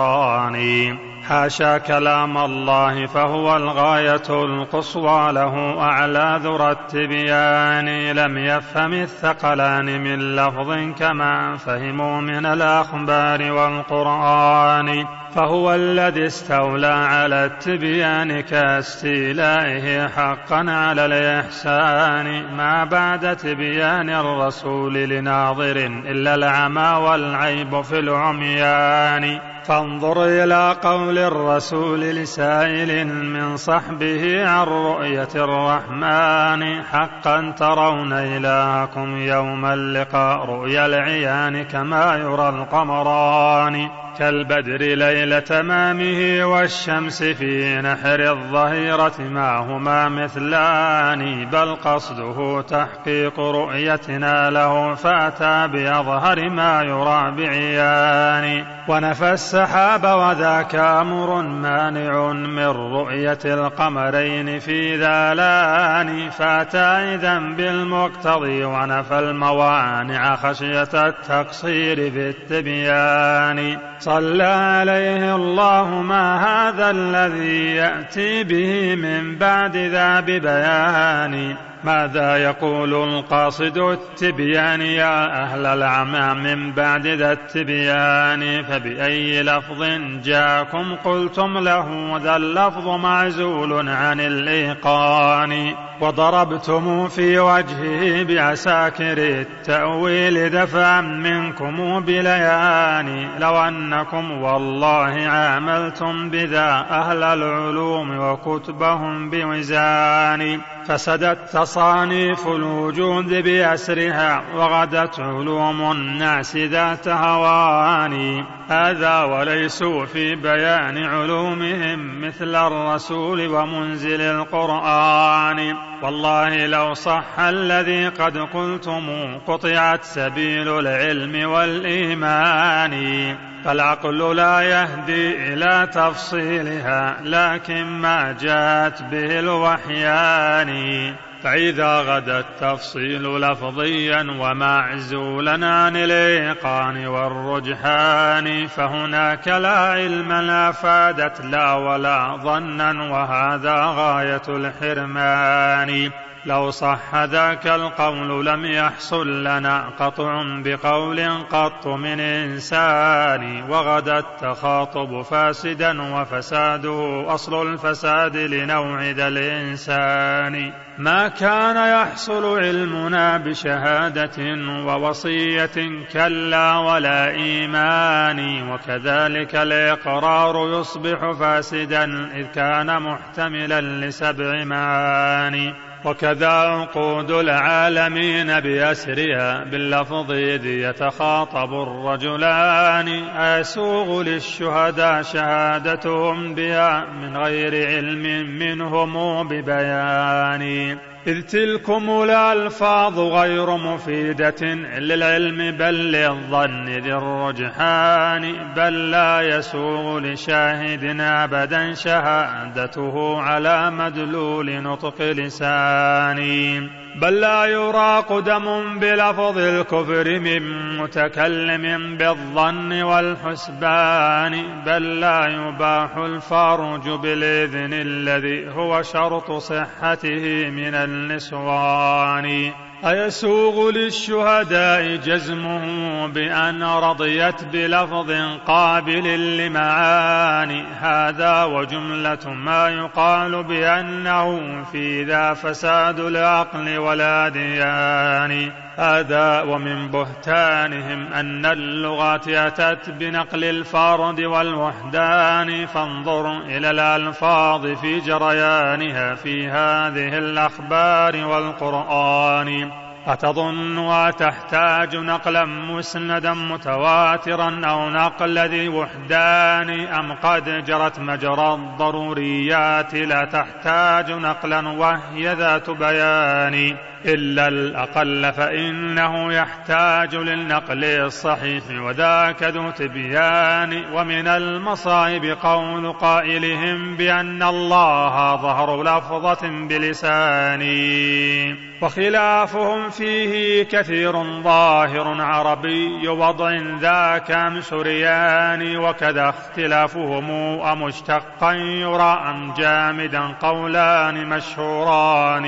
نكران، حاشا كلام الله فهو الغاية القصوى له أعلى ذرى التبيان، لم يفهم الثقلان من لفظ كما فهموا من الأخبار والقرآن، فهو الذي استولى على التبيان كاستيلائه حقا على الإحسان، ما بعد تبيان الرسول لناظر إلا العمى والعيب في العميان، فانظر إلى قول الرسول لسائل من صحبه عن رؤية الرحمن، حقا ترون إلهكم يوم اللقاء رؤيا العيان كما يرى القمران، كالبدر ليلة تمامه والشمس في نحر الظهيرة ما هما مثلان، بل قصده تحقيق رؤيتنا له فأتى بأظهر ما يرى بعيان، ونفى السحاب وذاك أمر مانع من رؤية القمرين في ذالان، فأتى إذن بالمقتضي ونفى الموانع خشية التقصير في التبيان، صلى عليه الله ما هذا الذي يأتي به من بعد ذا ببيان، ماذا يقول القاصد التبيان يا أهل العمى من بعد ذا التبيان، فبأي لفظ جاءكم قلتم له ذا اللفظ معزول عن الإيقان، وضربتم في وجهه بعساكر التأويل دفعا منكم بليان، لو أنكم والله عاملتم بذا أهل العلوم وكتبهم بوزان، فسدت تصانيف الوجود بأسرها وغدت علوم الناس ذات هوان، هذا وليسوا في بيان علومهم مثل الرسول ومنزل القرآن، والله لو صح الذي قد قلتم قطعت سبيل العلم والإيمان، فالعقل لا يهدي إلى تفصيلها لكن ما جاءت به الوحيان، فإذا غدا التفصيل لفظيا ومعزولا عن الإيقان والرجحان، فهناك لا علم لا فادت لا ولا ظنا، وهذا غاية الحرمان، لو صح ذاك القول لم يحصل لنا قطع بقول قط من إنسان، وغدا التخاطب فاسدا وفساده أصل الفساد لنوع ذا الإنسان، ما كان يحصل علمنا بشهادة ووصية كلا ولا إيمان، وكذلك الإقرار يصبح فاسدا إذ كان محتملا لسبع معاني، وكذا عقود العالمين بأسرها باللفظ إذ يتخاطب الرجلان أيسوغ للشهداء شهادتهم بها من غير علم منهم ببيان إذ تلكم الألفاظ غير مفيدة للعلم بل للظن ذي الرجحان بل لا يسوغ لشاهد أبدا شهادته على مدلول نطق لسان بل لا يراق دم بلفظ الكفر من متكلم بالظن والحسبان بل لا يباح الفرج بالإذن الذي هو شرط صحته من النسوان أيسوغ للشهداء جزمه بأن رضيت بلفظ قابل لمعاني هذا وجملة ما يقال بأنه في ذا فساد العقل ولا ديان هذا ومن بهتانهم أن اللغات أتت بنقل الفرد والوحدان فانظر إلى الألفاظ في جريانها في هذه الأخبار والقرآن أتظن وتحتاج نقلا مسندا متواترا أو نقل ذي وحدان أم قد جرت مجرى الضروريات لا تحتاج نقلا وهي ذات بيان إلا الأقل فإنه يحتاج للنقل الصحيح وذاك ذو تبيان ومن المصائب قول قائلهم بأن الله ظهر لفظة بلسان وخلافهم فيه كثير ظاهر عربي وضع ذاك أم سريان وكذا اختلافهم أمشتقا يرى أم جامدا قولان مشهوران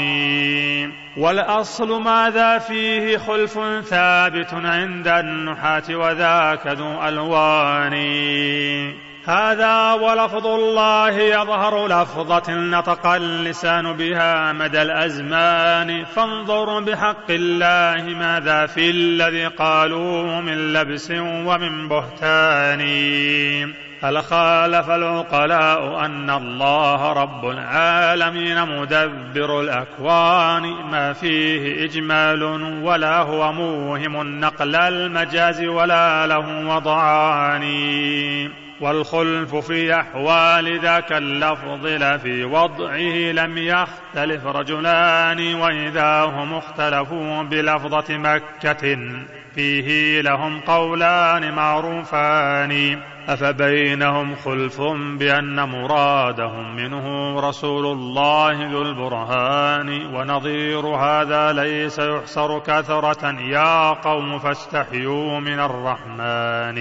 والأصل ماذا فيه خلف ثابت عند النحاة وذاك ذو ألوان هذا ولفظ الله يظهر لفظة نطق اللسان بها مدى الأزمان فانظر بحق الله ماذا في الذي قالوا من لبس ومن بهتان هل خالف العقلاء أن الله رب العالمين مدبر الأكوان ما فيه إجمال ولا هو موهم نقل المجاز ولا له وضعان والخلف في أحوال ذاك اللفظ لا في وضعه لم يختلف رجلان وإذا هم اختلفوا بلفظة مكة فيه لهم قولان معروفان أفبينهم خلف بأن مرادهم منه رسول الله ذو البرهان ونظير هذا ليس يحصر كثرة يا قوم فاستحيوا من الرحمن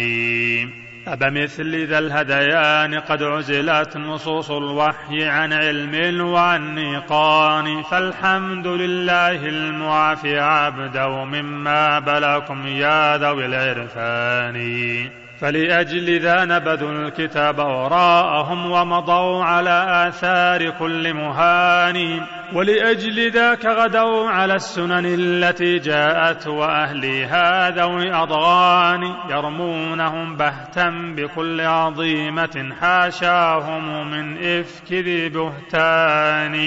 أبمثل ذا الهديان قد عزلت نصوص الوحي عن علم وعن نيقان فالحمد لله المعافي عبده مما بلاكم يا ذوي العرفان فلأجل ذا نبذوا الكتاب وراءهم ومضوا على آثار كل مهان ولأجل ذاك غدوا على السنن التي جاءت وأهلها ذوي أضغان يرمونهم بهتا بكل عظيمة حاشاهم من إفك ذي بهتان.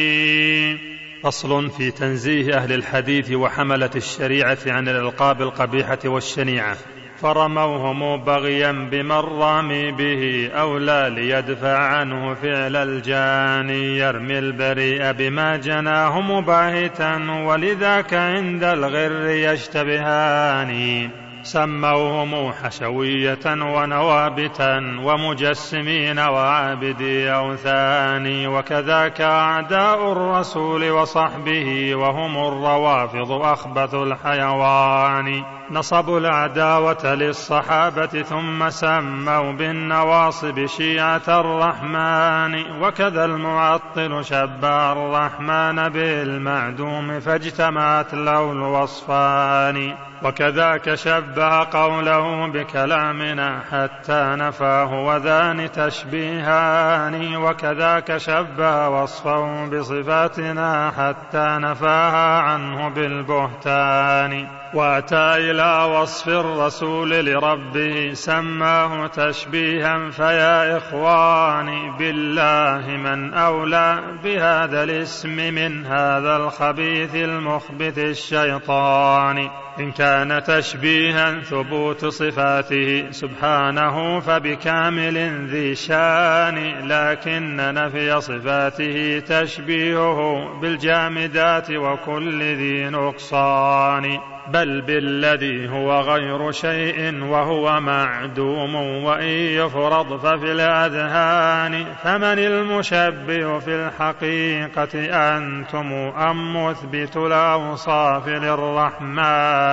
فصل في تنزيه أهل الحديث وحملة الشريعة عن الألقاب القبيحة والشنيعة. فرموهم بغيا بمن رامي به أولى ليدفع عنه فعل الجاني يرمي البريء بما جناه مباهتا ولذاك عند الغر يشتبهان سموهم حشوية ونوابتا ومجسمين وعابدي أوثان وكذاك أعداء الرسول وصحبه وهم الروافض أخبث الحيوان نصبوا العداوة للصحابة ثم سموا بالنواصب شيعة الرحمن وكذا المعطل شبه الرحمن بالمعدوم فاجتمعت له الوصفان وكذاك شبه قوله بكلامنا حتى نفاه وذان تشبيهان، وكذاك شبه وصفه بصفاتنا حتى نفاها عنه بالبهتان. وأتى إلى وصف الرسول لربه سماه تشبيها، فيا إخواني بالله من أولى بهذا الاسم من هذا الخبيث المخبث الشيطان. إن كان تشبيها ثبوت صفاته سبحانه فبكامل ذي شان، لكن نفي صفاته تشبيهه بالجامدات وكل ذي نقصان، بل بالذي هو غير شيء وهو معدوم، وإن يفرض ففي الأذهان. فمن المشبه في الحقيقة أنتم أم مثبت الأوصاف للرحمن؟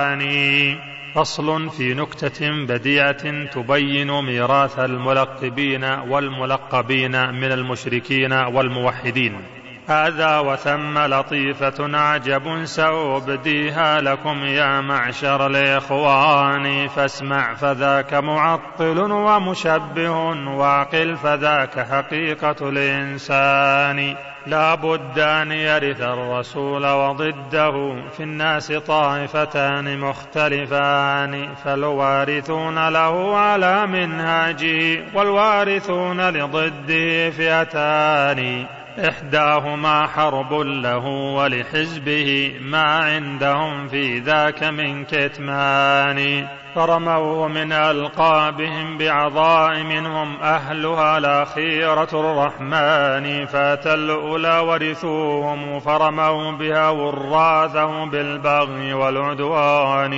فصل في نكتة بديعة تبين ميراث الملقبين والملقبين من المشركين والموحدين. هذا وثم لطيفة عجب سأبديها لكم يا معشر الإخوان، فاسمع فذاك معطل ومشبه، واعقل فذاك حقيقة الإنسان. لا بد أن يرث الرسول وضده في الناس طائفتان مختلفان، فالوارثون له على منهاجه والوارثون لضده فئتان، إحداهما حرب له ولحزبه ما عندهم في ذاك من كتمان، فرموه من ألقابهم بعظائم هم أهلها الأخيرة الرحمن، فأتى الأولى ورثوهم فرموا بها وراثه بالبغي والعدوان.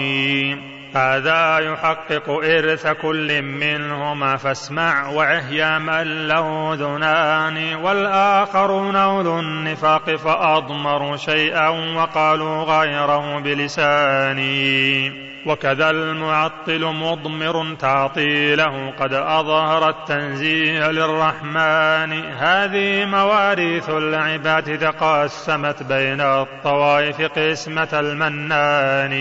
هذا يحقق إرث كل منهما، فاسمع وعه من له ذنان، والآخرون أولو النفاق فأضمروا شيئا وقالوا غيره بلساني. وكذا المعطل مضمر تعطيله قد أظهر التنزيه للرحمن. هذه مواريث العباد تقسمت بين الطوائف قسمة المنان.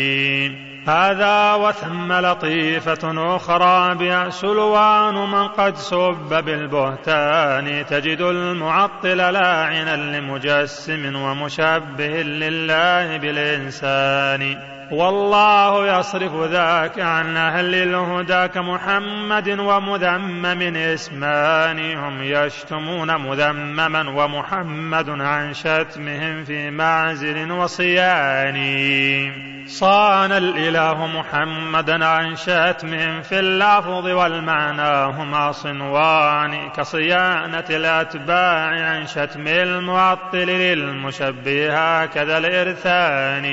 هذا وثم لطيفة أخرى بها سلوان من قد سب بالبهتان، تجد المعطل لاعنا لمجسم ومشبه لله بالإنسان، والله يصرف ذاك عن أهل الهدى كمحمد ومذمم اسمان، هم يشتمون مذمما ومحمد عن شتمهم في معزل وصيان. صان الإله محمدا عن شتمهم في اللفظ والمعنى هما صنوان، كصيانة الأتباع عن شتم المعطل للمشبه هكذا الإرثان.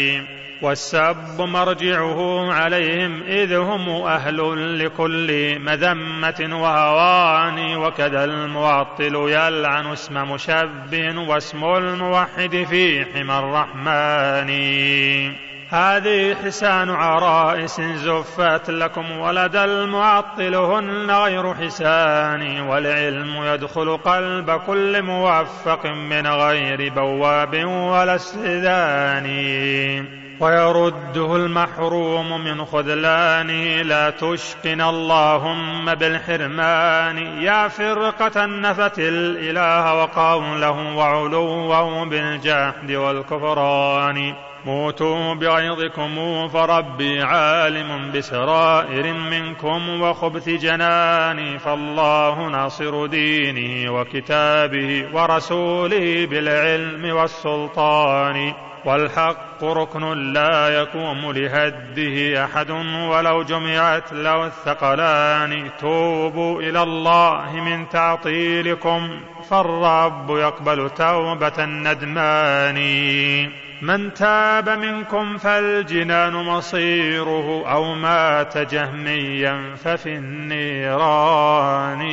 والسب مرجعه عليهم إذ هم أهل لكل مذمة وهوان، وكذا المعطل يلعن اسم مشبه واسم الموحد في حمى الرحمن. هذه حسان عرائس زفت لكم ولدى المعطل هن غير حسان، والعلم يدخل قلب كل موفق من غير بواب ولا استئذان، ويرده المحروم من خذلانه لا تشقن اللهم بالحرمان. يا فرقة نفت الإله وقوله وعلوه بالجحد والكفران، موتوا بغيظكم فربي عالم بسرائر منكم وخبث جنان، فالله ناصر دينه وكتابه ورسوله بالعلم والسلطان، والحق ركن لا يقوم لهده أحد ولو جمعت له الثقلان. توبوا إلى الله من تعطيلكم فالرب يقبل توبة الندمان. من تاب منكم فالجنان مصيره أو مات جهميا ففي النيران.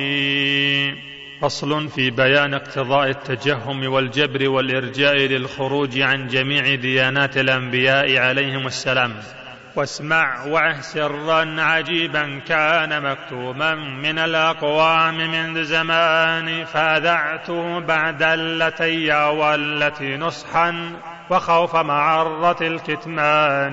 فصل في بيان اقتضاء التجهم والجبر والإرجاء للخروج عن جميع ديانات الأنبياء عليهم السلام. واسمع وعه سرا عجيبا كان مكتوما من الأقوام منذ زمان، فاذعته بعد اللتي والتي نصحا وخوف معرة الكتمان.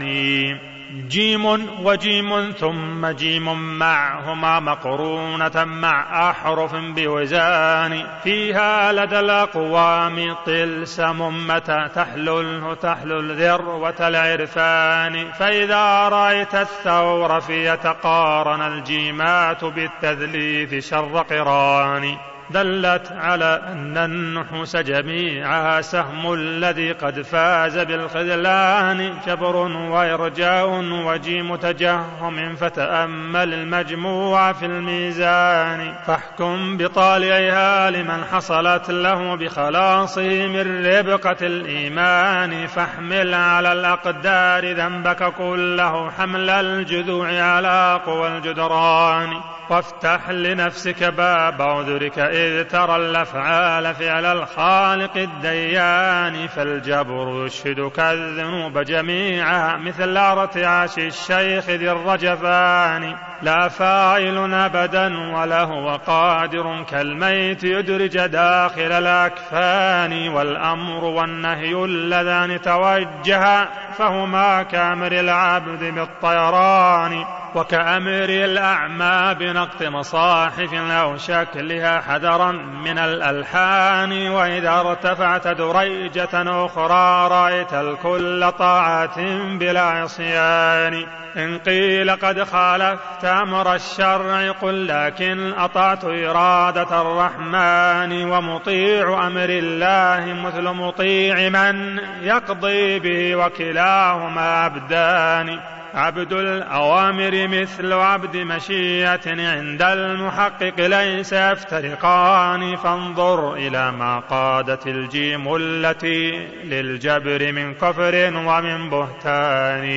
جيم وجيم ثم جيم معهما مقرونة مع أحرف بوزان، فيها لدى الأقوام طلسم متى تحلله تحلل ذروة العرفان. فإذا رأيت الثور فيتقارن الجيمات بالتثليث شر قران، دلت على أن النحوس جميعها سهم الذي قد فاز بالخذلان، جبر وإرجاء وجيم تجهم، فتأمل المجموع في الميزان. فاحكم بطالعها لمن حصلت له بخلاصه من ربقة الإيمان، فاحمل على الأقدار ذنبك كله حمل الجذوع على قوى الجدران، وافتح لنفسك باب عذرك إذ ترى الأفعال فعل الخالق الديان. فالجبر يشهدك الذنوب جميعا مثل ارتعاش الشيخ ذي الرجفان، لا فاعل أبدا ولا هو قادر كالميت يدرج داخل الأكفان. والأمر والنهي اللذان توجها فهما كأمر العبد بالطيران، وكأمر الأعمى بنقط مصاحف أو شكلها حذرا من الألحان. وإذا ارتفعت دريجة أخرى رأيت الكل طاعة بلا عصيان. إن قيل قد خالفت أمر الشرع قل لكن أطعت إرادة الرحمن، ومطيع أمر الله مثل مطيع من يقضي به وكلاهما عبدان. عبد الأوامر مثل عبد مشيئة عند المحقق ليس يفترقان، فانظر إلى ما قادت الجيم التي للجبر من كفر ومن بهتان.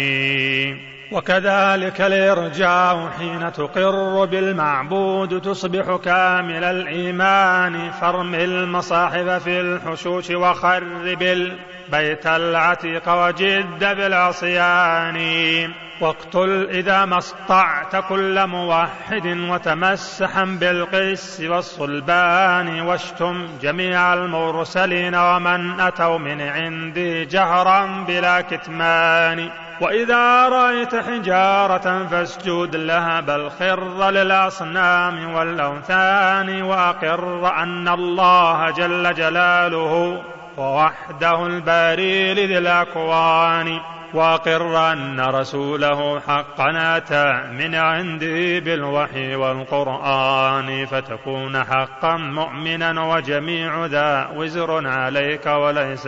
وكذلك الإرجاء حين تقر بالمعبود تصبح كامل الإيمان. فارم المصاحف في الحشوش وخرب البيت العتيق وجد بالعصيان. واقتل إذا ما استطعت كل موحد وتمسحا بالقس والصلبان، واشتم جميع المرسلين ومن أتوا من عندي جهرا بلا كتمان. وإذا رأيت حجارة فاسجد لها بل خر للأصنام والأوثان، وأقر أن الله جل جلاله ووحده الباري لذي الأكوان، وأقر أن رسوله حقا أتى من عندي بالوحي والقرآن، فتكون حقا مؤمنا وجميع ذا وزر عليك وليس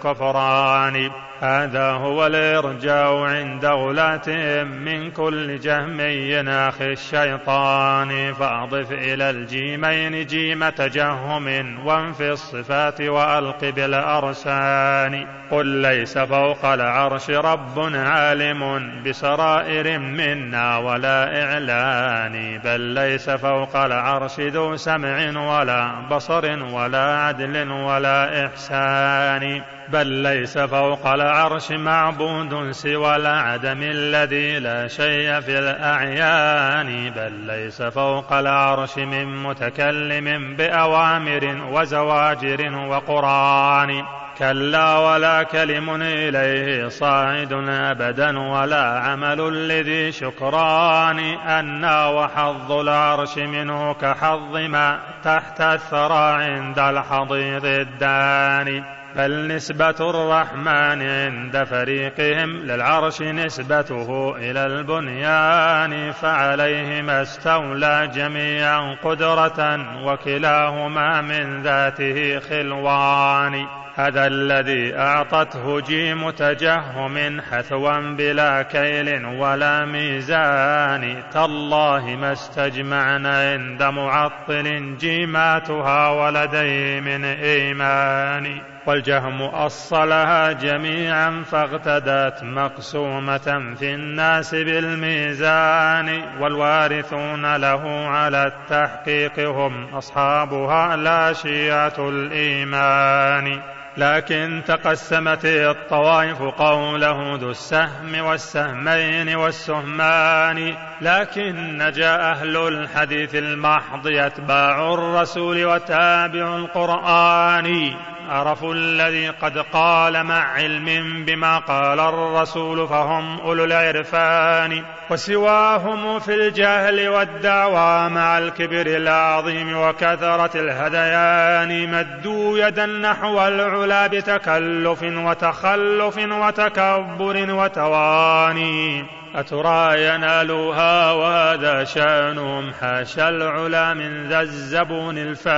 بالكفران. هذا هو الإرجاء عند غلاتهم من كل جهمي أخي الشيطان. فأضف إلى الجيمين جيم تجهم وانفي الصفات وألق بالأرسان. قل ليس فوق العرش رب عالم بسرائر منا ولا إعلان، بل ليس فوق العرش ذو سمع ولا بصر ولا عدل ولا إحسان، بل ليس فوق العرش معبود سوى العدم الذي لا شيء في الأعيان، بل ليس فوق العرش من متكلم بأوامر وزواجر وقرآن، كلا ولا كلم إليه صاعد أبدا ولا عمل لذي شكران، أنا وحظ العرش منه كحظ ما تحت الثرى عند الحضيض الداني، بل نسبة الرحمن عند فريقهم للعرش نسبته إلى البنيان، فعليهما استولى جميعا قدرة وكلاهما من ذاته خلوان. هذا الذي أعطته جيم تجهم حثوا بلا كيل ولا ميزان، تالله ما استجمعنا عند معطل جيماتها ولديه من إيمان. والجهم أصلها جميعا فاغتدت مقسومة في الناس بالميزان، والوارثون له على التحقيق هم أصحابها لا شيعة الإيمان. لكن تقسمت الطوائف قوله ذو السهم والسهمين والسهمان، لكن نجا أهل الحديث المحض يتباع الرسول وتابع القرآن، عرفوا الذي قد قال مع علم بما قال الرسول فهم أولو العرفان، وسواهم في الجهل والدعوى مع الكبر العظيم وكثرة الهذيان مدوا يدا نحو العلا بتكلف وتخلف وتكبر وتواني، أترى ينالوها وهذا شأنهم حاشا العلا من ذا الزبون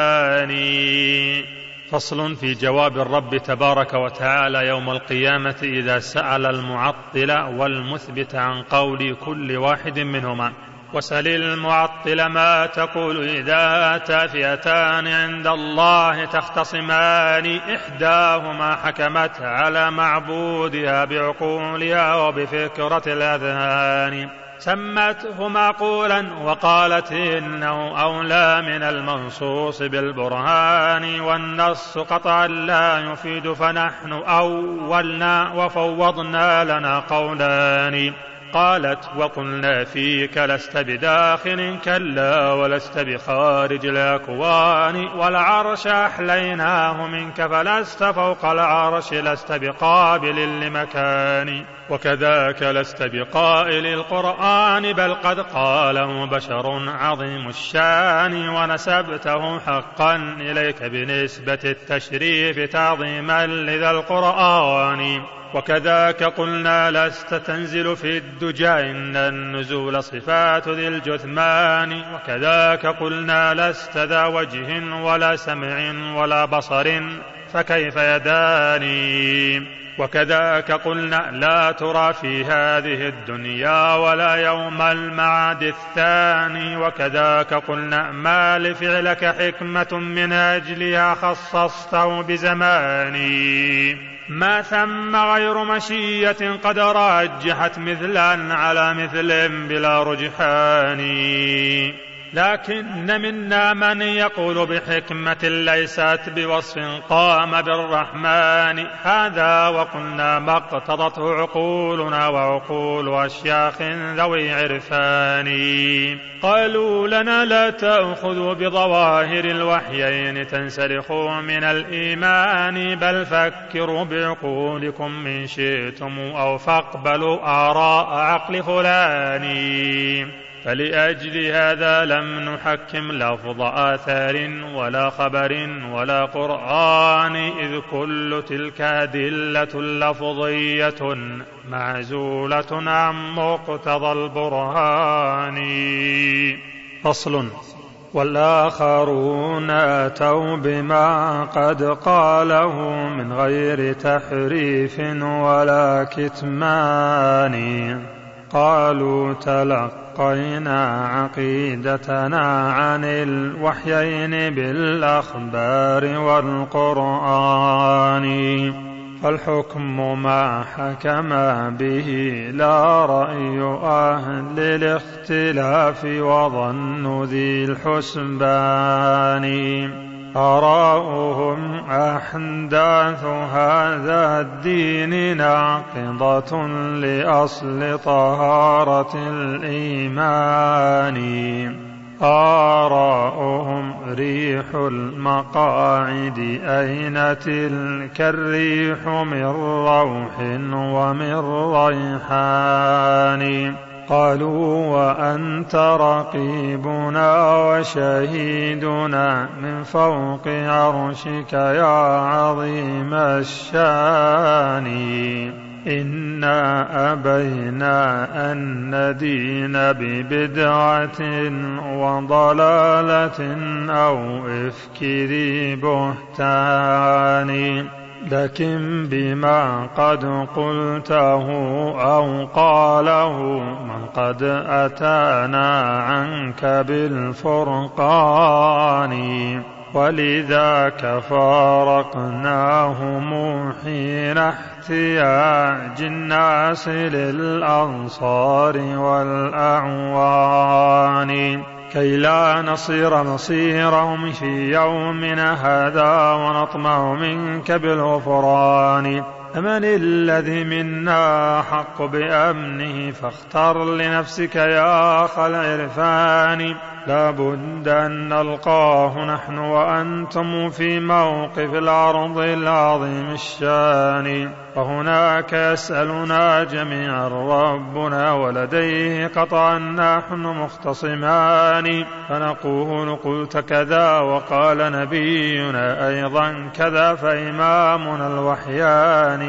الفاني. فصل في جواب الرب تبارك وتعالى يوم القيامة إذا سأل المعطل والمثبت عن قول كل واحد منهما. وسل المعطل ما تقول إذا أتى فئتان عند الله تختصمان، إحداهما حكمت على معبودها بعقولها وبفكرة الأذهان، سمته معقولا وقالت إنه أولى من المنصوص بالبرهان، والنص قطعا لا يفيد فنحن أولنا وفوضنا لنا قولان. قالت وقلنا فيك لست بداخل كلا ولست بخارج الأكوان، والعرش أحليناه منك فلست فوق العرش لست بقابل لمكان، وكذاك لست بقائل القرآن بل قد قاله بشر عظيم الشان، ونسبته حقا إليك بنسبة التشريف تعظيما لذا القرآن. وكذاك قلنا لست تنزل في الدجى إن النزول صفات ذي الجثمان، وكذاك قلنا لست ذا وجه ولا سمع ولا بصر فكيف يداني، وكذاك قلنا لا ترى في هذه الدنيا ولا يوم المعاد الثاني، وكذاك قلنا ما لفعلك حكمة من أجلها خصصته بزماني، ما ثم غير مشية قد رجحت مثلا على مثل بلا رجحان، لكن منا من يقول بحكمة ليست بوصف قام بالرحمن، هذا وقلنا ما اقتضته عقولنا وعقول أشياخ ذوي عرفان. قالوا لنا لا تأخذوا بظواهر الوحيين تنسلخوا من الإيمان، بل فكروا بعقولكم من شئتم أو فاقبلوا آراء عقل فلان، فلأجل هذا لم نحكم لفظ آثار ولا خبر ولا قرآن، إذ كل تلك أدلة لفظية معزولة عن مقتضى البرهان. فصل. والآخرون أتوا بما قد قاله من غير تحريف ولا كتمان، قالوا تلقينا عقيدتنا عن الوحيين بالأخبار والقرآن، فالحكم ما حكم به لا رأي أهل الاختلاف وظن ذي الحسبان، آراؤهم أحداث هذا الدين ناقضة لأصل طهارة الإيمان، آراؤهم ريح المقاعد أين تلك الريح من روح ومن ريحان، قالوا وأنت رقيبنا وشهيدنا من فوق عرشك يا عظيم الشان، إنا أبينا أن ندين ببدعة وضلالة أو إفك ذي بهتان، لكن بما قد قلته أو قاله من قد أتانا عنك بالفرقان، ولذاك فارقناهم حين احتياج الناس للأنصار والأعوان، كي لا نصير مصيرهم في يومنا هذا ونطمع منك بالغفران، فمن الذي منا حق بأمنه فاختر لنفسك يا أخ العرفان لا بد أن نلقاه نحن وأنتم في موقف العرض العظيم الشان وهناك يسألنا جميعا ربنا ولديه قطعا نحن مختصمان فنقول قلت كذا وقال نبينا أيضا كذا فإمامنا الوحيان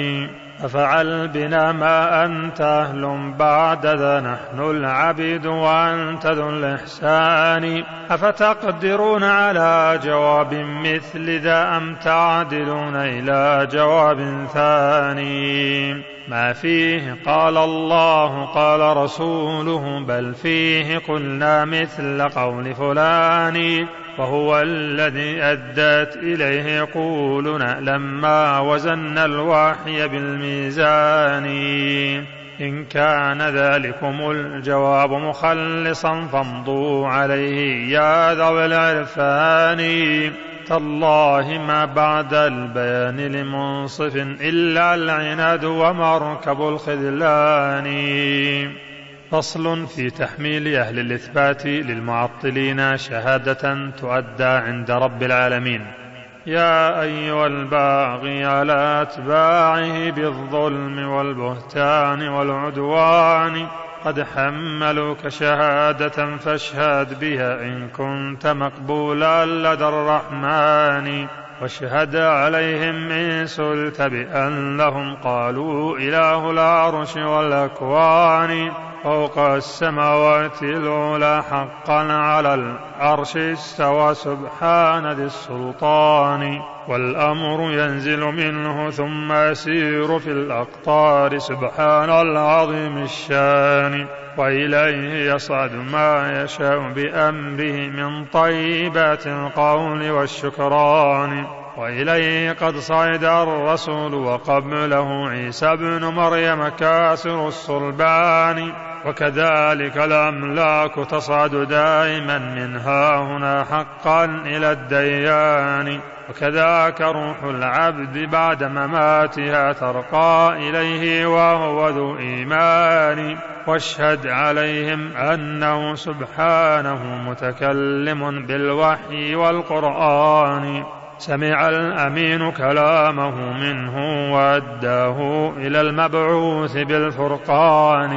أفعل بنا ما أنت أهل بعد ذا نحن العبيد وأنت ذو الإحسان أفتقدرون على جواب مثل ذا أم تعدلون إلى جواب ثاني ما فيه قال الله قال رسوله بل فيه قلنا مثل قول فلان وهو الذي أدت إليه قولنا لما وزنا الوحي بالميزان إن كان ذلكم الجواب مخلصا فامضوا عليه يا ذوي العرفان تالله ما بعد البيان لمنصف إلا العناد ومركب الخذلان فصل في تحميل أهل الإثبات للمعطلين شهادة تؤدى عند رب العالمين يا أيها الباغي على أتباعه بالظلم والبهتان والعدوان قد حملوك شهادة فاشهد بها إن كنت مقبولا لدى الرحمن واشهد عليهم إن سلت بأنهم قالوا إله العرش والأكوان فوق السماوات العلى حقا على العرش استوى سبحان ذي السلطان والأمر ينزل منه ثم يسير في الأقطار سبحان العظيم الشان وإليه يصعد ما يشاء بأمره من طيبات القول والشكران وإليه قد صعد الرسول وقبله عيسى بن مريم كاسر الصلبان وكذلك الأملاك تصعد دائما منها هنا حقا إلى الديان وكذاك روح العبد بعد مماتها ترقى إليه وهو ذو إيمان واشهد عليهم أنه سبحانه متكلم بالوحي والقرآن سمع الأمين كلامه منه وأداه إلى المبعوث بالفرقان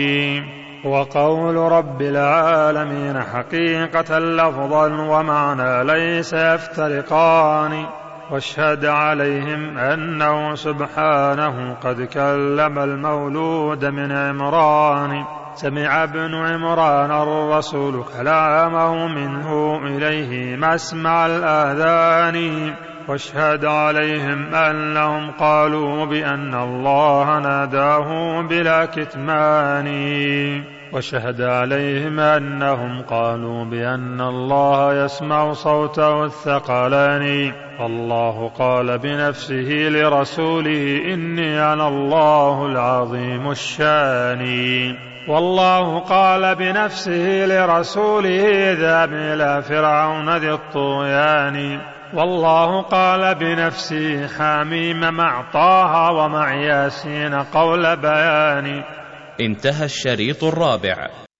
وقول رب العالمين حقيقة لفظا ومعنى ليس يفترقان واشهد عليهم أنه سبحانه قد كلم المولود من عمران سمع ابن عمران الرسول كلامه منه إليه مسمع الآذان واشهد عليهم أنهم قالوا بأن الله ناداه بلا كتمان وشهد عليهم أنهم قالوا بأن الله يسمع صوته الثقلان الله قال بنفسه لرسوله إني أنا الله العظيم الشان والله قال بنفسه لرسوله اذهب إلى فرعون ذي الطغيان والله قال بنفسه حميم مع طه ومع ياسين قول بيان. انتهى الشريط الرابع.